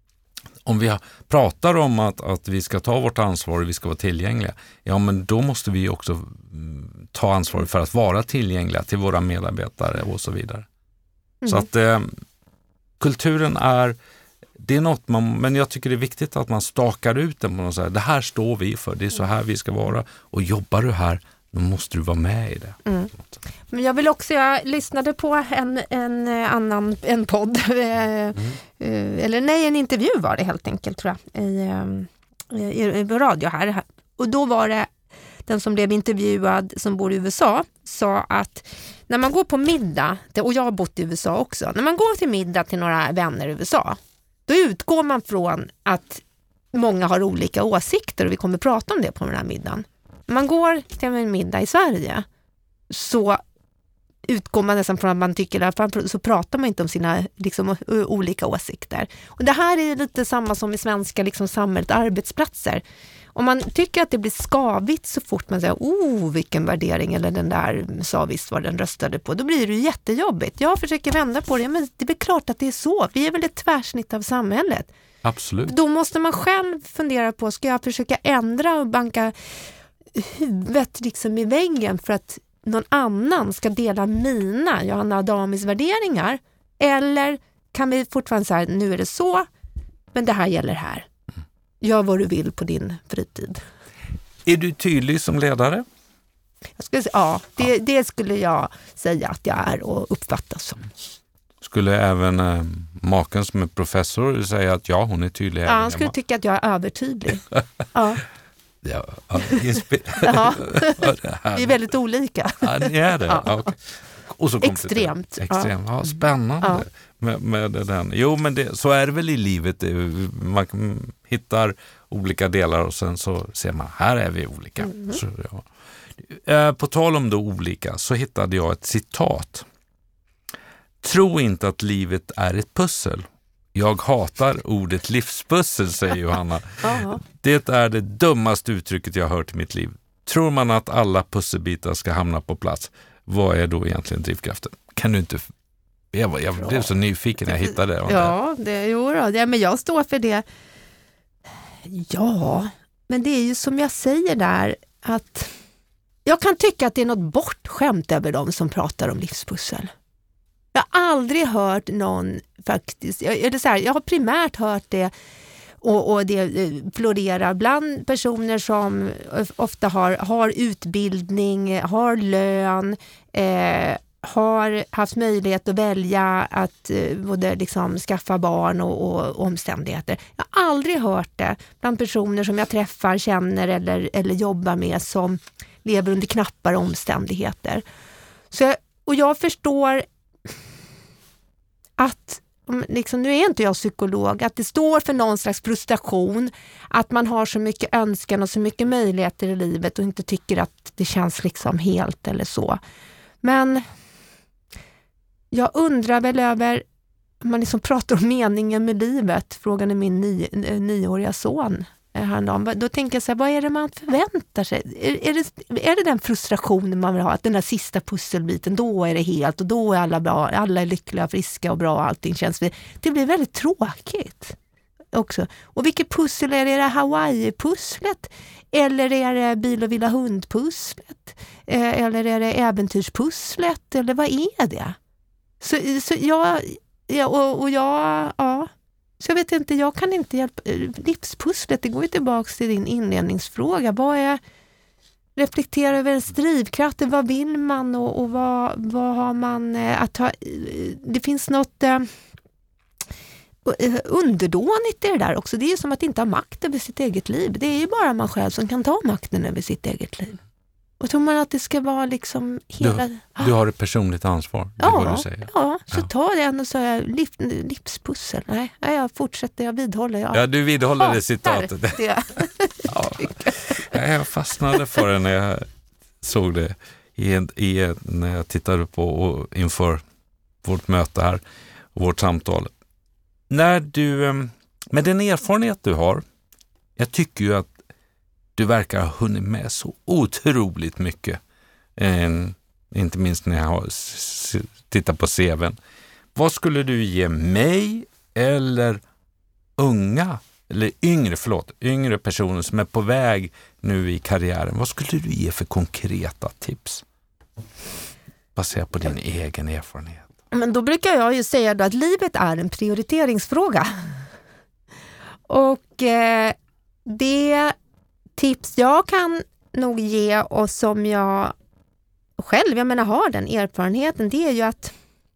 Om vi pratar om att, att vi ska ta vårt ansvar och vi ska vara tillgängliga, ja men då måste vi också ta ansvar för att vara tillgängliga till våra medarbetare och så vidare. Mm. Så att eh, kulturen är, det är något man, men jag tycker det är viktigt att man stakar ut den på något sätt. Det här står vi för, det är så här vi ska vara, och jobbar du här, då måste du vara med i det. Mm. Men jag vill också, jag lyssnade på en, en annan en podd, mm. eller nej, en intervju var det helt enkelt tror jag, i, i, i radio här. Och då var det den som blev intervjuad som bor i U S A sa att när man går på middag, och jag har bott i U S A också, när man går till middag till några vänner i U S A, då utgår man från att många har olika åsikter och vi kommer prata om det på den här middagen. När man går till en middag i Sverige så utgår man nästan från att man tycker att så pratar man inte om sina liksom, olika åsikter. Och det här är lite samma som i svenska liksom, samhället, arbetsplatser. Om man tycker att det blir skavigt så fort man säger oh vilken värdering eller den där sa visst vad den röstade på, då blir det jättejobbigt. Jag försöker vända på det, men det är klart att det är så. Vi är väl ett tvärsnitt av samhället. Absolut. Då måste man själv fundera på, ska jag försöka ändra och banka huvudet liksom i väggen för att någon annan ska dela mina Johanna Adamis värderingar, eller kan vi fortfarande säga nu är det så, men det här gäller här. Gör vad du vill på din fritid. Är du tydlig som ledare? Jag skulle säga, ja, det, det skulle jag säga att jag är och uppfattas som. Skulle även eh, maken som är professor säga att ja, hon är tydlig? Ja, han skulle hemma. Tycka att jag är övertydlig. Ja. Ja, inspe- ja. Vi är väldigt olika. Ja, ni är det. Ja. Okay. Och så extremt. Extremt. Ja, spännande. Ja. Med, med den. Jo, men det, så är det väl i livet. Man hittar olika delar och sen så ser man, här är vi olika. Mm. Så, ja. På tal om då olika så hittade jag ett citat Tro inte att livet är ett pussel. Jag hatar ordet livspussel, säger Johanna. Det är det dummaste uttrycket jag har hört i mitt liv. Tror man att alla pusselbitar ska hamna på plats, vad är då egentligen drivkraften? Kan du inte... Jag, jag blev så nyfiken när jag hittade det. Ja, det, jo då, ja, men jag står för det. Ja, men det är ju som jag säger där, att jag kan tycka att det är något bortskämt över dem som pratar om livspussel. Jag har aldrig hört någon faktiskt, jag, är det så här, jag har primärt hört det och, och det florerar bland personer som ofta har, har utbildning, har lön, eh, har haft möjlighet att välja att eh, både liksom skaffa barn och, och omständigheter. Jag har aldrig hört det bland personer som jag träffar, känner eller, eller jobbar med som lever under knappare omständigheter. Så jag, och jag förstår att, liksom, nu är inte jag psykolog, att det står för någon slags frustration, att man har så mycket önskan och så mycket möjligheter i livet och inte tycker att det känns liksom helt eller så. Men jag undrar väl över, om man liksom pratar om meningen med livet, frågan är min ni, nioåriga son häromdagen, då tänker jag så här, vad är det man förväntar sig? Är, är, det, är det den frustrationen man vill ha, att den där sista pusselbiten, då är det helt och då är alla bra, alla är lyckliga, friska och bra och allting känns, det blir väldigt tråkigt också. Och vilket pussel är det? Är det Hawaii-pusslet? Eller är det bil- och villa hund-pusslet? Eller är det äventyrspusslet? Eller vad är det? Så, så jag, ja, och, och jag, ja, så jag vet inte, jag kan inte hjälpa, livspusslet, det går ju tillbaka till din inledningsfråga. Vad är, reflektera över en drivkraft, vad vill man och, och vad, vad har man att ha, det finns något eh, underdånigt i det där också. Det är ju som att inte ha makt över sitt eget liv. Det är ju bara man själv som kan ta makten över sitt eget liv. Och tror man att det ska vara liksom hela... Du, du har ett personligt ansvar, det är ja, vad du säger. Ja, så ja. Ta det och så är liv, livspussel. Nej, jag fortsätter, jag vidhåller. Jag ja, du vidhåller ja, det citatet. Det. ja. Jag fastnade för det när jag såg det i, i, när jag tittade på och inför vårt möte här och vårt samtal. När du, med den erfarenhet du har, jag tycker ju att du verkar ha hunnit med så otroligt mycket. Eh, inte minst när jag har s- tittat på C V:n. Vad skulle du ge mig eller unga, eller yngre, förlåt, yngre personer som är på väg nu i karriären? Vad skulle du ge för konkreta tips? Baserat på din egen erfarenhet. Men då brukar jag ju säga då att livet är en prioriteringsfråga. Och eh, det tips jag kan nog ge och som jag själv, jag menar har den erfarenheten, det är ju att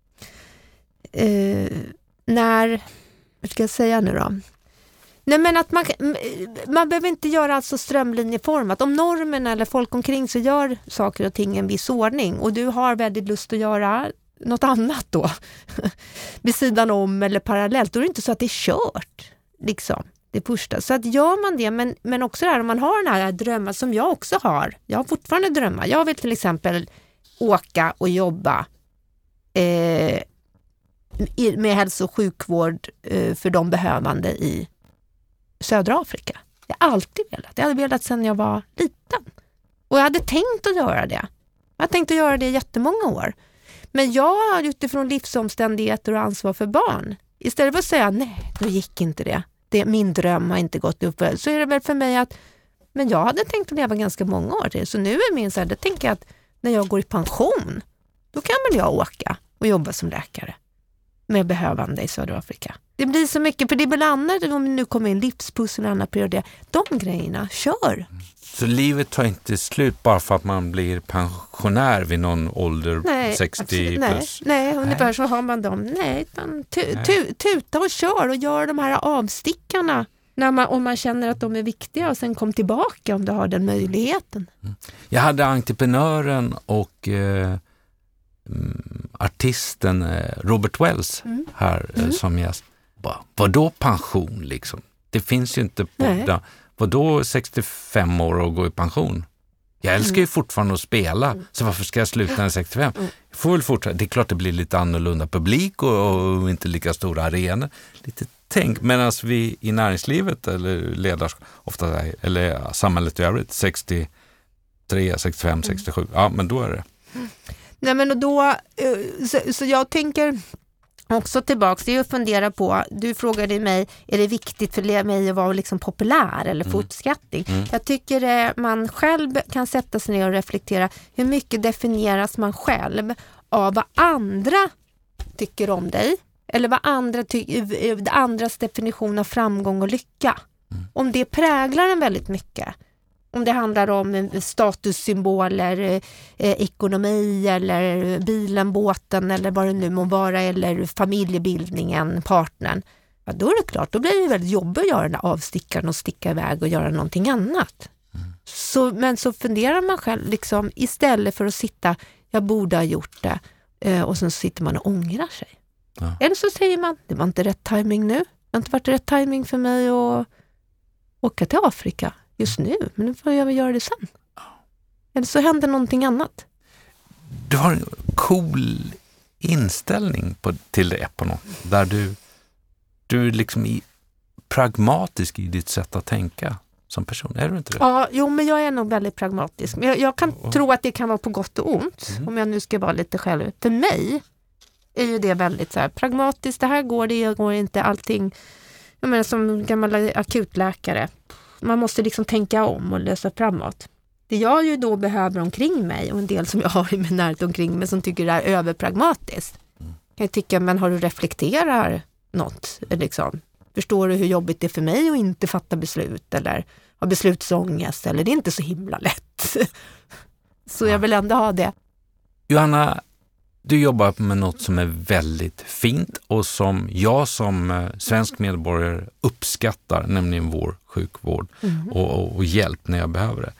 eh, när, vad ska jag säga nu då? Nej, men att man, man behöver inte göra alltså strömlinjeformat. Om normen eller folk omkring så gör saker och ting i en viss ordning och du har väldigt lust att göra något annat då vid sidan om eller parallellt, då är det inte så att det är kört liksom. Det första. Så att gör man det, men, men också där om man har den här drömmar som jag också har. Jag har fortfarande drömmar. Jag vill till exempel åka och jobba eh, med hälso- och sjukvård eh, för de behövande i södra Afrika. Jag har alltid velat. Jag hade velat sedan jag var liten. Och jag hade tänkt att göra det. Jag hade tänkt att göra det i jättemånga år. Men jag har utifrån livsomständigheter och ansvar för barn. Istället för att säga nej, då gick inte det. det. Min dröm har inte gått upp. Så är det väl för mig att men jag hade tänkt att leva ganska många år till. Så nu är min så här, det tänker jag att när jag går i pension, då kan väl jag åka och jobba som läkare med behövande i södra Afrika. Det blir så mycket, för det är väl annat om nu kommer en livspussel och andra perioder. De grejerna, kör! Så livet tar inte slut bara för att man blir pensionär vid någon ålder, nej, sextio nej, plus? Nej, ungefär nej. Så har man dem. Nej, utan tu, tu, tuta och kör och gör de här avstickarna när man, om man känner att de är viktiga och sen kom tillbaka om du har den möjligheten. Mm. Jag hade entreprenören och eh, artisten eh, Robert Wells mm. här eh, mm. som gäst. Vadå pension liksom? Det finns ju inte på där. Vadå sextiofem år och gå i pension? Jag älskar ju fortfarande att spela, mm. så varför ska jag sluta när sextiofem? Mm. Jag får väl fortsätta. Det är klart det blir lite annorlunda publik och, och inte lika stora arenor. Lite tänk, medan vi i näringslivet eller ledarskap, ofta, eller samhället i övrigt, sextiotre, sextiofem, sextiosju, mm. ja men då är det. Mm. Nej men och då, så, så jag tänker också tillbaka, det är att fundera på, du frågade mig, är det viktigt för mig att vara liksom populär eller få uppskattning? Mm. Jag tycker eh, man själv kan sätta sig ner och reflektera, hur mycket definieras man själv av vad andra tycker om dig? Eller vad andra ty- andras definition av framgång och lycka. Mm. Om det präglar en väldigt mycket. Om det handlar om statussymboler, eh, ekonomi eller bilen, båten eller vad det nu må vara, eller familjebildningen, partnern. Ja, då är det klart, då blir det väldigt jobbigt att göra den där avstickaren och sticka iväg och göra någonting annat. Mm. Så, men så funderar man själv liksom, istället för att sitta, jag borde ha gjort det, eh, och sen sitter man och ångrar sig. Ja. Eller så säger man, det var inte rätt timing nu. Det har inte varit rätt timing för mig att åka till Afrika just nu, men nu får jag väl göra det sen. Eller så händer någonting annat. Du har en cool inställning på, till det på något, där du, du är liksom i, pragmatisk i ditt sätt att tänka som person, är du inte det? Ja, jo, men jag är nog väldigt pragmatisk. Men jag, jag kan oh. tro att det kan vara på gott och ont, mm. om jag nu ska vara lite själv. För mig är ju det väldigt så här, pragmatiskt, det här går, det går inte allting. Jag menar som gammal akutläkare, man måste liksom tänka om och lösa framåt. Det jag ju då behöver omkring mig, och en del som jag har i min närhet omkring mig som tycker det är överpragmatiskt. Mm. Jag tycker, men har du reflekterar något? Liksom? Förstår du hur jobbigt det är för mig att inte fatta beslut eller ha beslutsångest? Eller det är inte så himla lätt. Så ja. Jag vill ändå ha det. Johanna, du jobbar med något som är väldigt fint och som jag som svensk medborgare uppskattar, nämligen vår sjukvård mm. och, och hjälp när jag behöver det.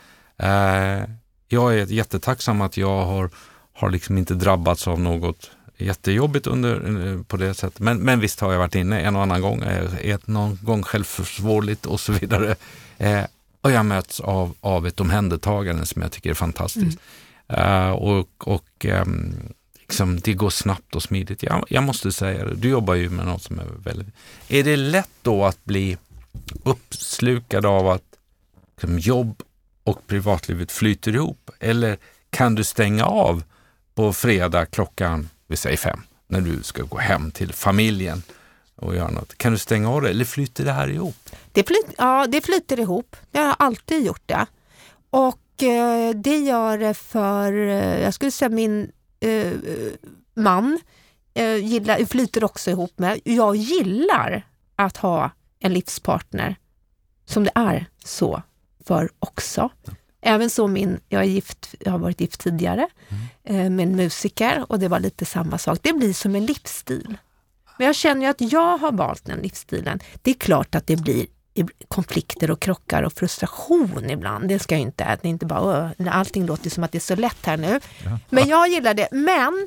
Eh, jag är jättetacksam att jag har, har liksom inte drabbats av något jättejobbigt under, på det sättet. Men, men visst har jag varit inne en och annan gång, är någon gång självförsvårligt och så vidare. Eh, och jag möts av, av ett omhändertagande som jag tycker är fantastiskt. Mm. Eh, och och um, liksom, det går snabbt och smidigt. Jag, jag måste säga det, du jobbar ju med något som är väldigt... Är det lätt då att bli uppslukad av att liksom, jobb och privatlivet flyter ihop? Eller kan du stänga av på fredag klockan, vi säger fem, när du ska gå hem till familjen och göra något? Kan du stänga av det eller flyter det här ihop? Det flyt, ja, det flyter ihop. Jag har alltid gjort det. Och eh, det gör det för, eh, jag skulle säga min eh, man eh, gillar, flyter också ihop med. Jag gillar att ha en livspartner som det är så för också. Ja. Även så min, jag är gift, jag har varit gift tidigare mm. eh, med en musiker och det var lite samma sak. Det blir som en livsstil. Men jag känner ju att jag har valt den livsstilen. Det är klart att det blir konflikter och krockar och frustration ibland. Det ska ju inte, det är inte bara, allting låter som att det är så lätt här nu. Ja. Men jag gillar det. Men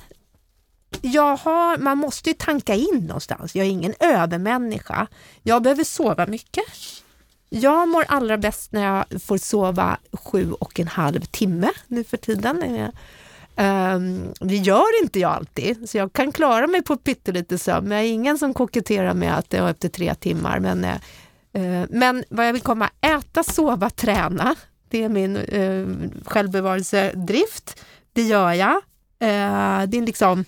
jag har, man måste ju tanka in någonstans. Jag är ingen övermänniska. Jag behöver sova mycket. Jag mår allra bäst när jag får sova sju och en halv timme nu för tiden. Um, det gör inte jag alltid, så jag kan klara mig på pyttelite sömn. Men jag är ingen som koketterar med att det är efter tre timmar. Men, uh, men vad jag vill komma, äta, sova, träna. Det är min uh, självbevarelsedrift. Det gör jag. Uh, det är liksom...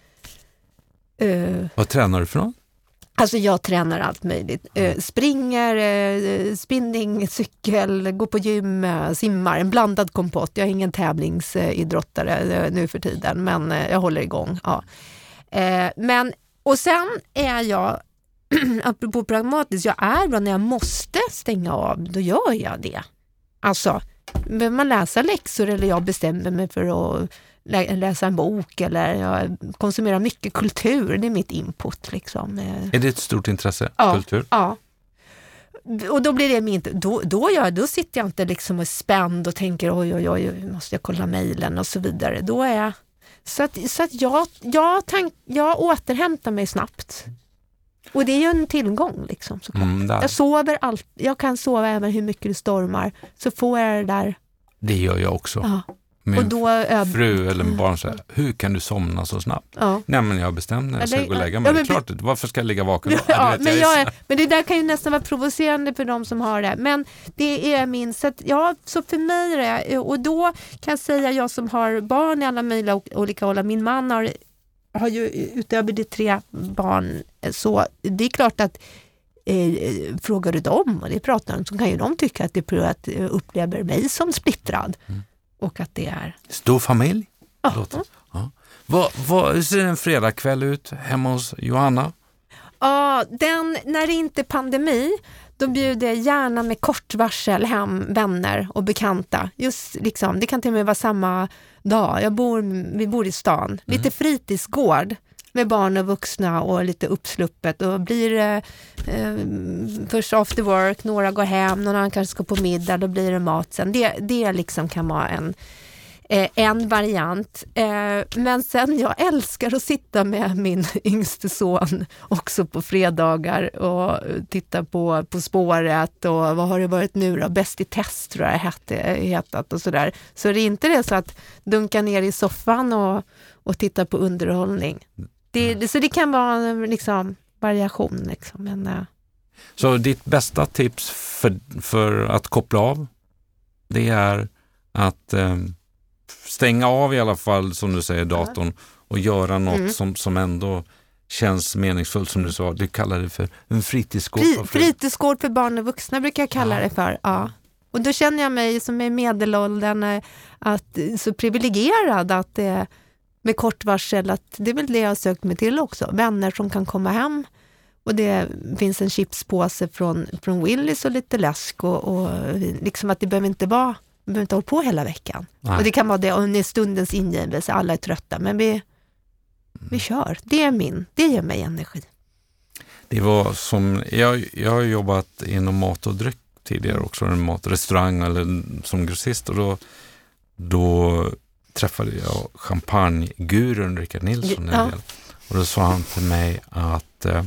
Uh, vad tränar du för något? Alltså jag tränar allt möjligt. Eh, springer, eh, spinning, cykel, går på gym, eh, simmar. En blandad kompott. Jag är ingen tävlingsidrottare eh, nu för tiden, men eh, jag håller igång. Ja. Eh, men, och sen är jag, apropå pragmatisk, jag är bra när jag måste stänga av, då gör jag det. Alltså, behöver man läsa läxor eller jag bestämmer mig för att läsa en bok eller jag konsumerar mycket kultur, det är mitt input liksom. Är det ett stort intresse, ja, kultur? Ja. Och då blir det min, då, då, gör, då sitter jag inte liksom och spänd och tänker oj oj oj, måste jag kolla mejlen och så vidare. Då är jag, så att, så att jag, jag, tank, jag återhämtar mig snabbt. Och det är ju en tillgång liksom, såklart. Mm, jag sover allt, jag kan sova även hur mycket det stormar, så får jag det där. Det gör jag också. Ja. Min Och då, äh, fru eller barn säger, hur kan du somna så snabbt? Ja. Nej, men jag bestämde när jag ska Eller, gå och lägga mig. ja, det är men, klart, varför ska jag ligga vaken? Ja, ja, vet, men, jag jag, men det där kan ju nästan vara provocerande för de som har det. Men det är min, så, att, ja, så för mig är det, och då kan jag säga, jag som har barn i alla möjliga olika åldrar, min man har, har ju utöver de tre barn, så det är klart att Eh, frågar du dem och det pratar om, så kan ju de tycka att det att upplever mig som splittrad mm. och att det är stor familj. Ja. Ja. Vad, vad, hur ser en fredagkväll ut hemma hos Johanna? Ja, den, när det inte är pandemi, då bjuder jag gärna med kort varsel hem vänner och bekanta. Just liksom, det kan till och med vara samma dag. Jag bor, vi bor i stan. Mm. Lite fritidsgård med barn och vuxna och lite uppsluppet. Och blir det eh, först after work, några går hem, någon annan kanske ska på middag, då blir det mat sen. Det, det liksom kan vara en, eh, en variant. Eh, men sen, jag älskar att sitta med min yngste son också på fredagar och titta på På spåret och vad har det varit nu då? Bäst i test tror jag det hetat och sådär. Så det är inte det så att dunka ner i soffan och, och titta på underhållning. Det, det, så det kan vara en liksom, variation. Liksom, men, uh. Så ditt bästa tips för, för att koppla av, det är att eh, stänga av i alla fall, som du säger, datorn och göra något mm. som, som ändå känns meningsfullt, som du sa. Du kallar det för en fritidsgård. Fri, fritidsgård för barn och vuxna brukar jag kalla ja. det för. Ja. Och då känner jag mig som är medelåldern att, så privilegierad att det eh, med kort varsel, att det är väl det jag har sökt mig till också. Vänner som kan komma hem. Och det finns en chipspåse från, från Willys och lite läsk. Och, och liksom att det behöver inte vara, vi behöver inte hålla på hela veckan. Nej. Och det kan vara det, och när stundens ingivelse, alla är trötta. Men vi, vi kör. Det är min, det ger mig energi. Det var som, jag, jag har jobbat inom mat och dryck tidigare också. En matrestaurang eller som grossist. Och då, då träffade jag champagnegurun Rickard Nilsson. Ja. Och då sa han till mig att eh,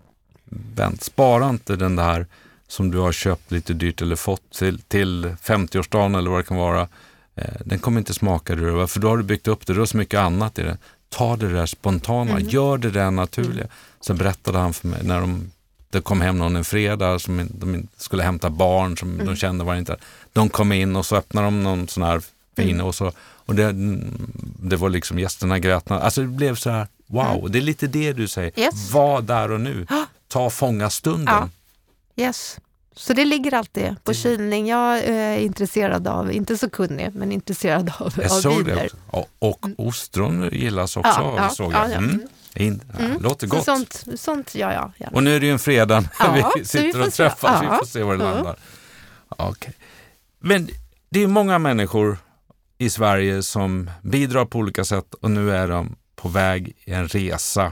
Bent, spara inte den där som du har köpt lite dyrt eller fått till, till femtioårsdagen eller vad det kan vara. Eh, den kommer inte smaka det, för då har du byggt upp det. Det är så mycket annat i det. Ta det där spontana, mm. gör det där naturliga. Mm. Sen berättade han för mig när de, det kom hem någon en fredag som de skulle hämta barn som mm. de kände var inte. De kom in och så öppnade de någon sån här fin mm. och så. Och det, det var liksom gästerna grötna. Alltså det blev så här, wow, mm. det är lite det du säger. Yes. Var där och nu. Ta fånga stunden. Ja. Yes. Så det ligger alltid på kylning. Jag är intresserad av, inte så kunnig, men intresserad av, jag av såg viner. det också. Och, och ostron gillas också, ja, ja, såg jag. Ja, ja. Mm. In, ja, mm. låter gott. Så sånt, sånt gör jag gärna. Och nu är det ju en fredag när ja, vi sitter vi och träffas. Ja. Vi får se var det ja. landar. Okay. Men det är många människor i Sverige som bidrar på olika sätt, och nu är de på väg i en resa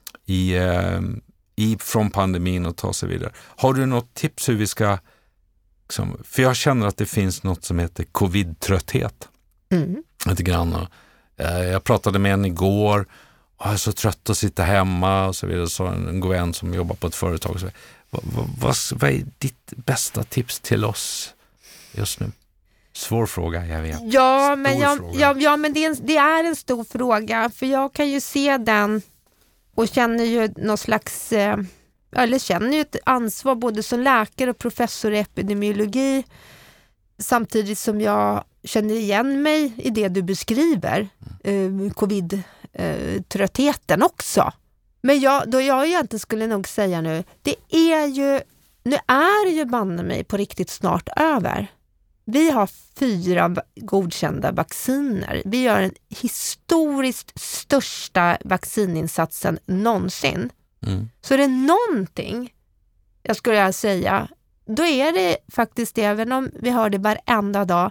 i, eh, i, från pandemin och ta sig vidare. Har du något tips hur vi ska, liksom, för jag känner att det finns något som heter covid-trötthet. Mm. Lite grann. Eh, jag pratade med en igår och jag är så trött att sitta hemma och så vidare, så en god vän som jobbar på ett företag. Så, vad, vad, vad är ditt bästa tips till oss just nu? Svår fråga, jag vet. Ja, men, jag, ja, ja, men det, är en, det är en stor fråga. För jag kan ju se den och känner ju någon slags, eh, eller känner ju ett ansvar både som läkare och professor i epidemiologi. Samtidigt som jag känner igen mig i det du beskriver. Eh, covid-tröttheten också. Men jag, då jag egentligen skulle nog säga nu, det är ju, nu är ju banne mig på riktigt snart över. Vi har fyra godkända vacciner. Vi gör den historiskt största vaccininsatsen någonsin. Mm. Så är det någonting, jag skulle säga, då är det faktiskt det, även om vi hör det varenda dag,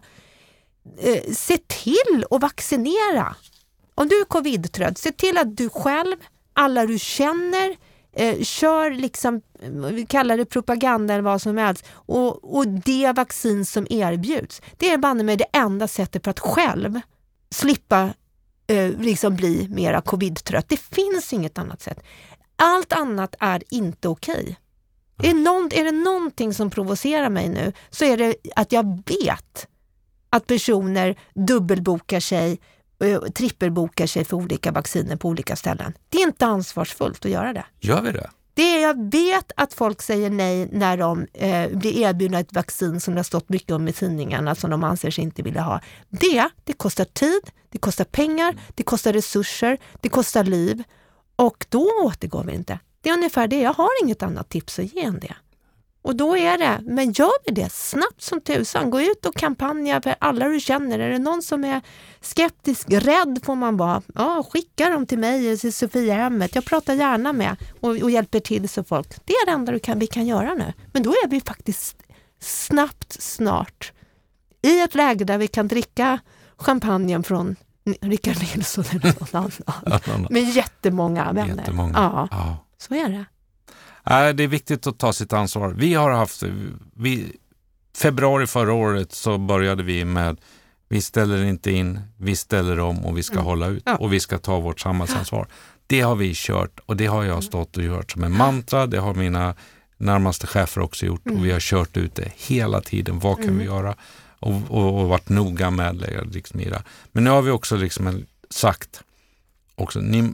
eh, se till att vaccinera. Om du är covid-trött, se till att du själv, alla du känner, Eh, kör liksom, vi kallar det propaganda eller vad som helst, och, och det vaccin som erbjuds, det är banne med det enda sättet för att själv slippa eh, liksom bli mera covid-trött. Det finns inget annat sätt. Allt annat är inte okej. Är, någon, är det någonting som provocerar mig nu, så är det att jag vet att personer dubbelbokar sig, trippelbokar sig för olika vacciner på olika ställen. Det är inte ansvarsfullt att göra det. Gör vi det? Det är, jag vet att folk säger nej när de eh, blir erbjudna ett vaccin som det har stått mycket om i tidningarna som de anser sig inte vilja ha. Det, det kostar tid, det kostar pengar, det kostar resurser, det kostar liv och då återgår vi inte. Det är ungefär det. Jag har inget annat tips att ge än det. Och då är det, men gör vi det snabbt som tusan. Gå ut och kampanja för alla du känner. Är det någon som är skeptisk, rädd får man vara. Ja, skicka dem till mig till Sofia hemmet. Jag pratar gärna med och, och hjälper till så folk. Det är det enda du kan, vi kan göra nu. Men då är vi faktiskt snabbt, snart i ett läge där vi kan dricka champagnen från Rickard Nilsson eller någon annan. Med jättemånga vänner. Jättemånga. Ja, ja, så är det. Det är viktigt att ta sitt ansvar. Vi har haft, vi, februari förra året så började vi med vi ställer inte in, vi ställer om och vi ska mm. hålla ut ja. och vi ska ta vårt samhällsansvar. Det har vi kört och det har jag stått och gjort som en mantra. Det har mina närmaste chefer också gjort mm. och vi har kört ut det hela tiden. Vad kan mm. vi göra? Och, och, och varit noga med liksom, men nu har vi också liksom sagt också, ni,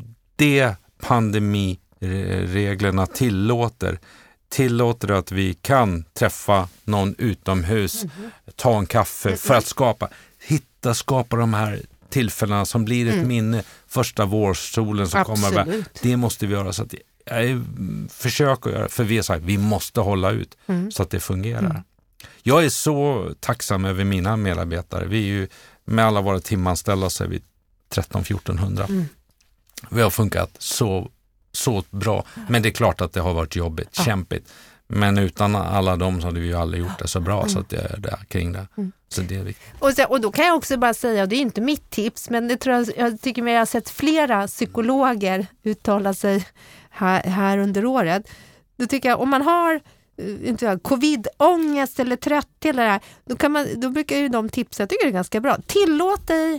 det pandemi reglerna tillåter tillåter att vi kan träffa någon utomhus, mm-hmm. ta en kaffe mm-hmm. för att skapa, hitta, skapa de här tillfällena som blir ett mm. minne, första vårsolen som Absolut. kommer. Det måste vi göra så att jag försöker göra, för vi är så här, vi måste hålla ut mm. så att det fungerar. Mm. Jag är så tacksam över mina medarbetare. Vi är ju med alla våra timanställda så är vi tretton fjorton hundra. Mm. Vi har funkat så så bra. Men det är klart att det har varit jobbigt, ja. kämpigt. Men utan alla dem så hade vi ju aldrig gjort det så bra mm. så att det är där kring det. Mm. Så det är viktigt. Och, så, och då kan jag också bara säga, och det är inte mitt tips, men det tror jag, jag tycker mig jag har sett flera psykologer uttala sig här, här under året. Då tycker jag, om man har inte vet, covid-ångest eller trött eller det här, då, kan man, då brukar ju de tipsa, jag tycker det är ganska bra. Tillåt dig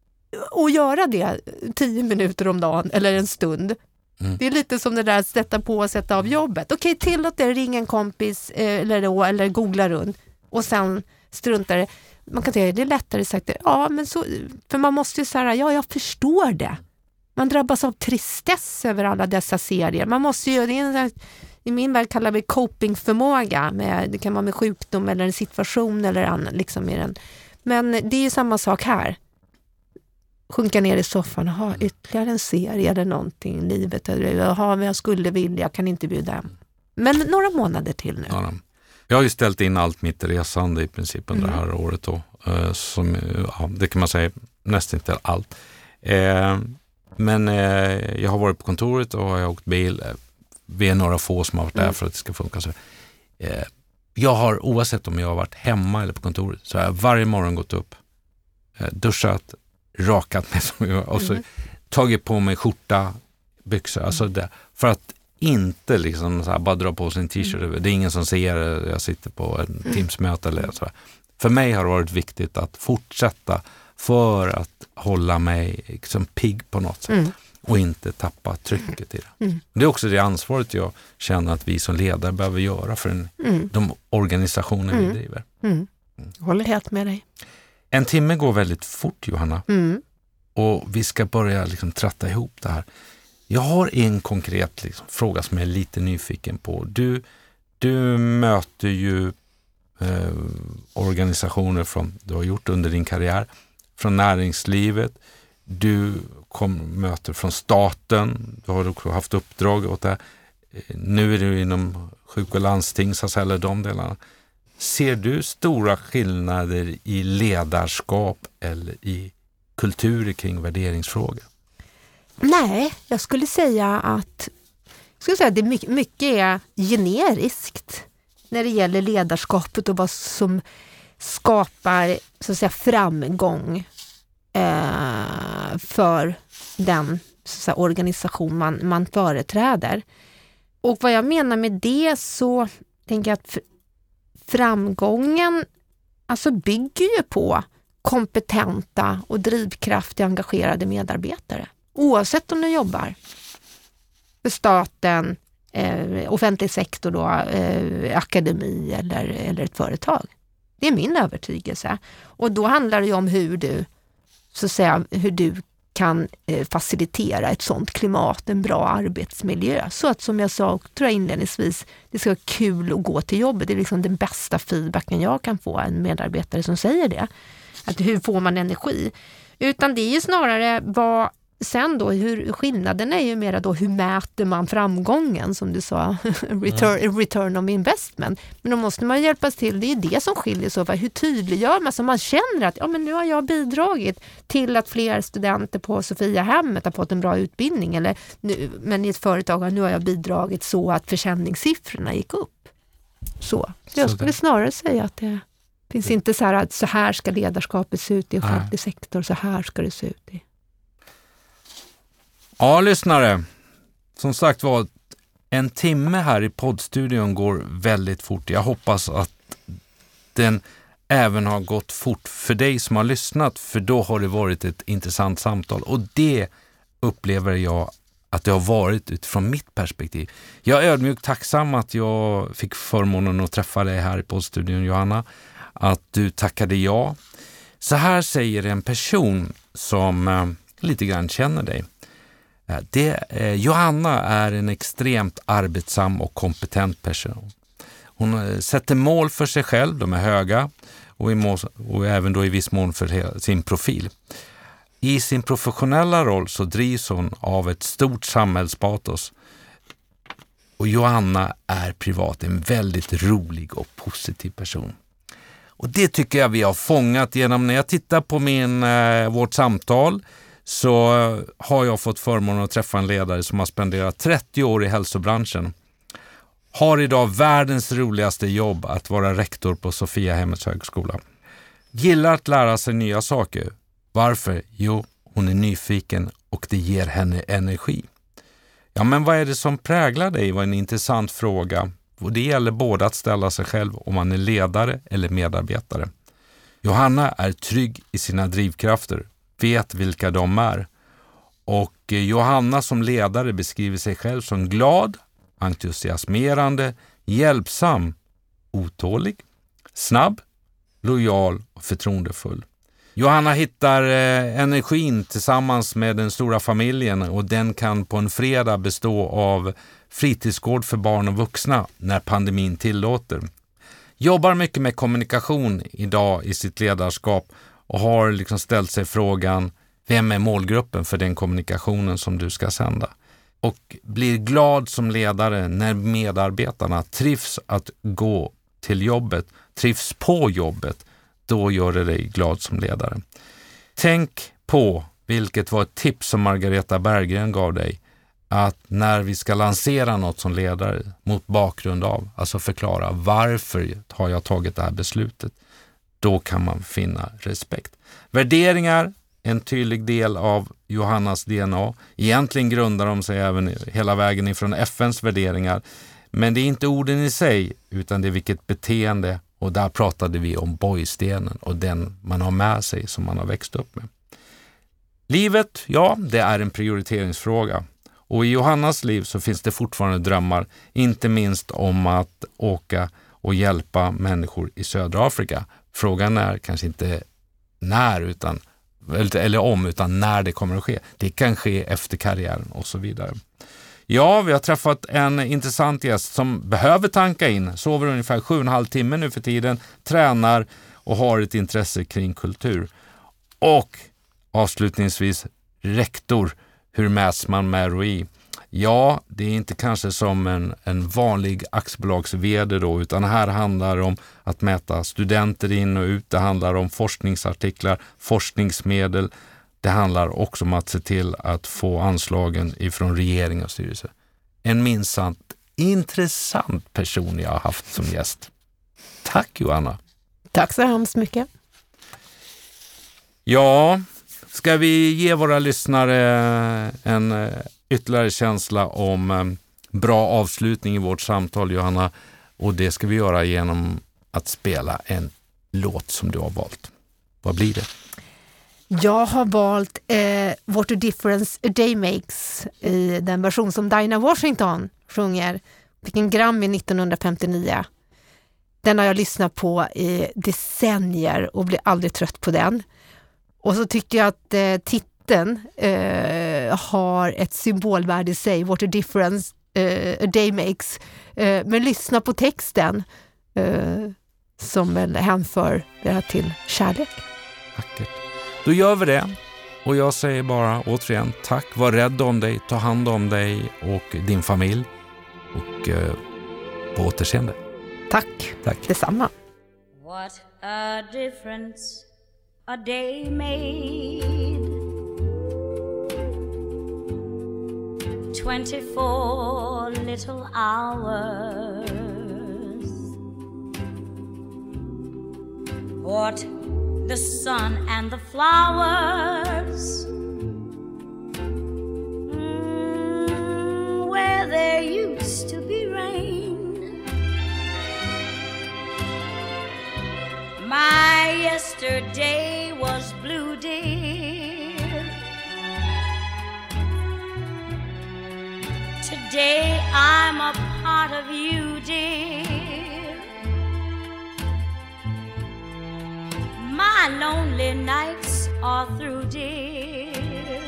att göra det tio minuter om dagen eller en stund. Mm. Det är lite som det där att sätta på och sätta av jobbet. Okej, tillåt dig ringa en kompis eller, då, eller googla runt och sen struntar det. Man kan säga det är lättare sagt. Ja, men så, för man måste ju säga, ja, jag förstår det. Man drabbas av tristess över alla dessa serier. Man måste ju, det är en, i min värld kallar vi copingförmåga. Med, det kan vara med sjukdom eller en situation eller annan. Liksom i den. Men det är ju samma sak här. Sjunka ner i soffan och ha ytterligare en serie eller någonting i livet. Eller ha vad jag skulle vilja, jag kan inte bjuda hem. Men några månader till nu. Ja, jag har ju ställt in allt mitt resande i princip under mm. det här året då. Som, ja, det kan man säga nästan inte allt. Eh, men eh, jag har varit på kontoret och jag har åkt bil. Vi är några få som har varit där mm. för att det ska funka så. Eh, jag har, oavsett om jag har varit hemma eller på kontoret, så har jag varje morgon gått upp, eh, duschat, rakat mig som jag, och så mm. tagit på mig skjorta, byxor, mm. alltså det, för att inte liksom så här, bara dra på sin t-shirt. Mm. Det är ingen som ser det, jag sitter på en mm. Teamsmöte eller så. För mig har det varit viktigt att fortsätta för att hålla mig liksom pigg på något sätt mm. och inte tappa trycket i det. Mm. Det är också det ansvaret jag känner att vi som ledare behöver göra för en, mm. de organisationer mm. vi driver. Mm. Mm. Håller helt med dig. En timme går väldigt fort, Johanna. Mm. Och vi ska börja liksom tratta ihop det här. Jag har en konkret liksom, fråga som jag är lite nyfiken på. Du, du möter ju eh, organisationer från, du har gjort under din karriär, från näringslivet. Du kom, möter från staten. Du har också haft uppdrag åt det. Nu är du inom sjuk- och landsting, så att säga, eller de delarna. Ser du stora skillnader i ledarskap eller i kulturer kring värderingsfrågor? Nej, jag skulle säga att, jag skulle säga att det mycket, mycket är generiskt när det gäller ledarskapet och vad som skapar så att säga, framgång eh, för den så att säga, organisation man, man företräder. Och vad jag menar med det, så tänker jag att framgången alltså bygger ju på kompetenta och drivkraftiga engagerade medarbetare. Oavsett om du jobbar för staten, eh, offentlig sektor då, eh, akademi eller, eller ett företag. Det är min övertygelse. Och då handlar det ju om hur du, så att säga, hur du kan eh, facilitera ett sånt klimat, en bra arbetsmiljö. Så att, som jag sa, tror jag inledningsvis, det ska vara kul att gå till jobbet. Det är liksom den bästa feedbacken jag kan få, en medarbetare som säger det. Att hur får man energi? Utan det är ju snarare vad sen då, hur skillnaden är ju mera då, hur mäter man framgången, som du sa, return, mm. return on investment. Men då måste man hjälpas till, det är det som skiljer så. Hur tydliggör man så man känner att ja, men nu har jag bidragit till att fler studenter på Sofiahemmet har fått en bra utbildning, eller nu, men i ett företag nu har jag bidragit så att försäljningssiffrorna gick upp. Så, jag skulle snarare säga att det finns inte så här att så här ska ledarskapet se ut i offentlig sektor, så här ska det se ut i. Ja, lyssnare. Som sagt var, en timme här i poddstudion går väldigt fort. Jag hoppas att den även har gått fort för dig som har lyssnat, för då har det varit ett intressant samtal. Och det upplever jag att det har varit utifrån mitt perspektiv. Jag är ödmjukt tacksam att jag fick förmånen att träffa dig här i poddstudion, Johanna. Att du tackade ja. Så här säger en person som eh, lite grann känner dig. Det, eh, Johanna är en extremt arbetsam och kompetent person. Hon eh, sätter mål för sig själv, de är höga, och, i mål, och även då i viss mån för sin profil. I sin professionella roll så drivs hon av ett stort samhällspatos. Och Johanna är privat en väldigt rolig och positiv person. Och det tycker jag vi har fångat genom, när jag tittar på min, eh, vårt samtal, så har jag fått förmånen att träffa en ledare som har spenderat trettio år i hälsobranschen. Har idag världens roligaste jobb att vara rektor på Sofiahemmets högskola. Gillar att lära sig nya saker. Varför? Jo, hon är nyfiken och det ger henne energi. Ja, men vad är det som präglar dig? Var en intressant fråga. Och det gäller både att ställa sig själv om man är ledare eller medarbetare. Johanna är trygg i sina drivkrafter. Vet vilka de är. Och Johanna som ledare beskriver sig själv som glad, entusiasmerande, hjälpsam, otålig, snabb, lojal och förtroendefull. Johanna hittar eh, energin tillsammans med den stora familjen, och den kan på en fredag bestå av fritidsgård för barn och vuxna när pandemin tillåter. Jobbar mycket med kommunikation idag i sitt ledarskap och har liksom ställt sig frågan, vem är målgruppen för den kommunikationen som du ska sända? Och blir glad som ledare när medarbetarna trivs att gå till jobbet, trivs på jobbet, då gör det dig glad som ledare. Tänk på, vilket var ett tips som Margareta Berggren gav dig, att när vi ska lansera något som ledare mot bakgrund av, alltså förklara varför har jag tagit det här beslutet, då kan man finna respekt. Värderingar, en tydlig del av Johannas D N A. Egentligen grundar de sig även hela vägen ifrån F N:s värderingar. Men det är inte orden i sig, utan det är vilket beteende. Och där pratade vi om borgstenen och den man har med sig som man har växt upp med. Livet, ja, det är en prioriteringsfråga. Och i Johannas liv så finns det fortfarande drömmar, inte minst om att åka och hjälpa människor i södra Afrika. Frågan är kanske inte när utan eller om, utan när det kommer att ske. Det kan ske efter karriären och så vidare. Ja, vi har träffat en intressant gäst som behöver tanka in, sover ungefär sju och en halv timme nu för tiden, tränar och har ett intresse kring kultur. Och avslutningsvis, rektor, hur mäts man med R O I? Ja, det är inte kanske som en, en vanlig aktiebolags-vd då, utan här handlar det om att mäta studenter in och ut. Det handlar om forskningsartiklar, forskningsmedel. Det handlar också om att se till att få anslagen ifrån regering och styrelse. En minsann intressant person jag har haft som gäst. Tack Johanna. Tack så hemskt mycket. Ja, ska vi ge våra lyssnare en ytterligare känsla om bra avslutning i vårt samtal, Johanna, och det ska vi göra genom att spela en låt som du har valt. Vad blir det? Jag har valt eh, What a Difference a Day Makes i den version som Dinah Washington sjunger. Fick en Grammy nittonhundrafemtionio. Den har jag lyssnat på i decennier och blir aldrig trött på den. Och så tycker jag att eh, titeln eh, har ett symbolvärde i sig. What a difference eh, a day makes. Eh, men lyssna på texten eh, som väl hänför det här till kärlek. Vackert. Då gör vi det. Och jag säger bara återigen tack. Var rädd om dig. Ta hand om dig och din familj. Och eh, på återseende. Tack. Tack. Detsamma. What a difference a day made. Twenty-four little hours. What the sun and the flowers. Mm, where there used to be rain. My yesterday was blue, dear. Today I'm a part of you, dear. My lonely nights are through, dear.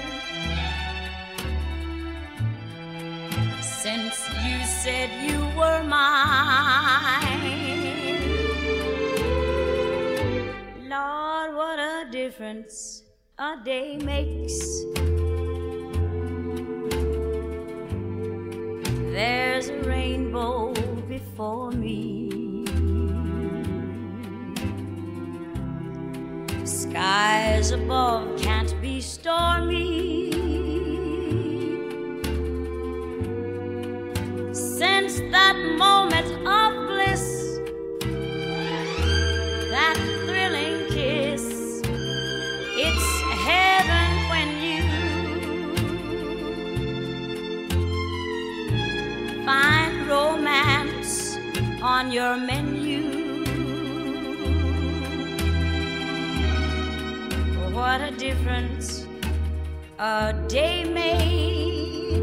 Since you said you were mine. Lord, what a difference a day makes. There's a rainbow before me. Skies above can't be stormy. Since that moment of bliss, that thrilling kiss, it's heaven when you find romance on your menu. What a difference a day made,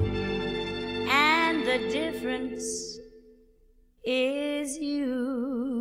and the difference is you.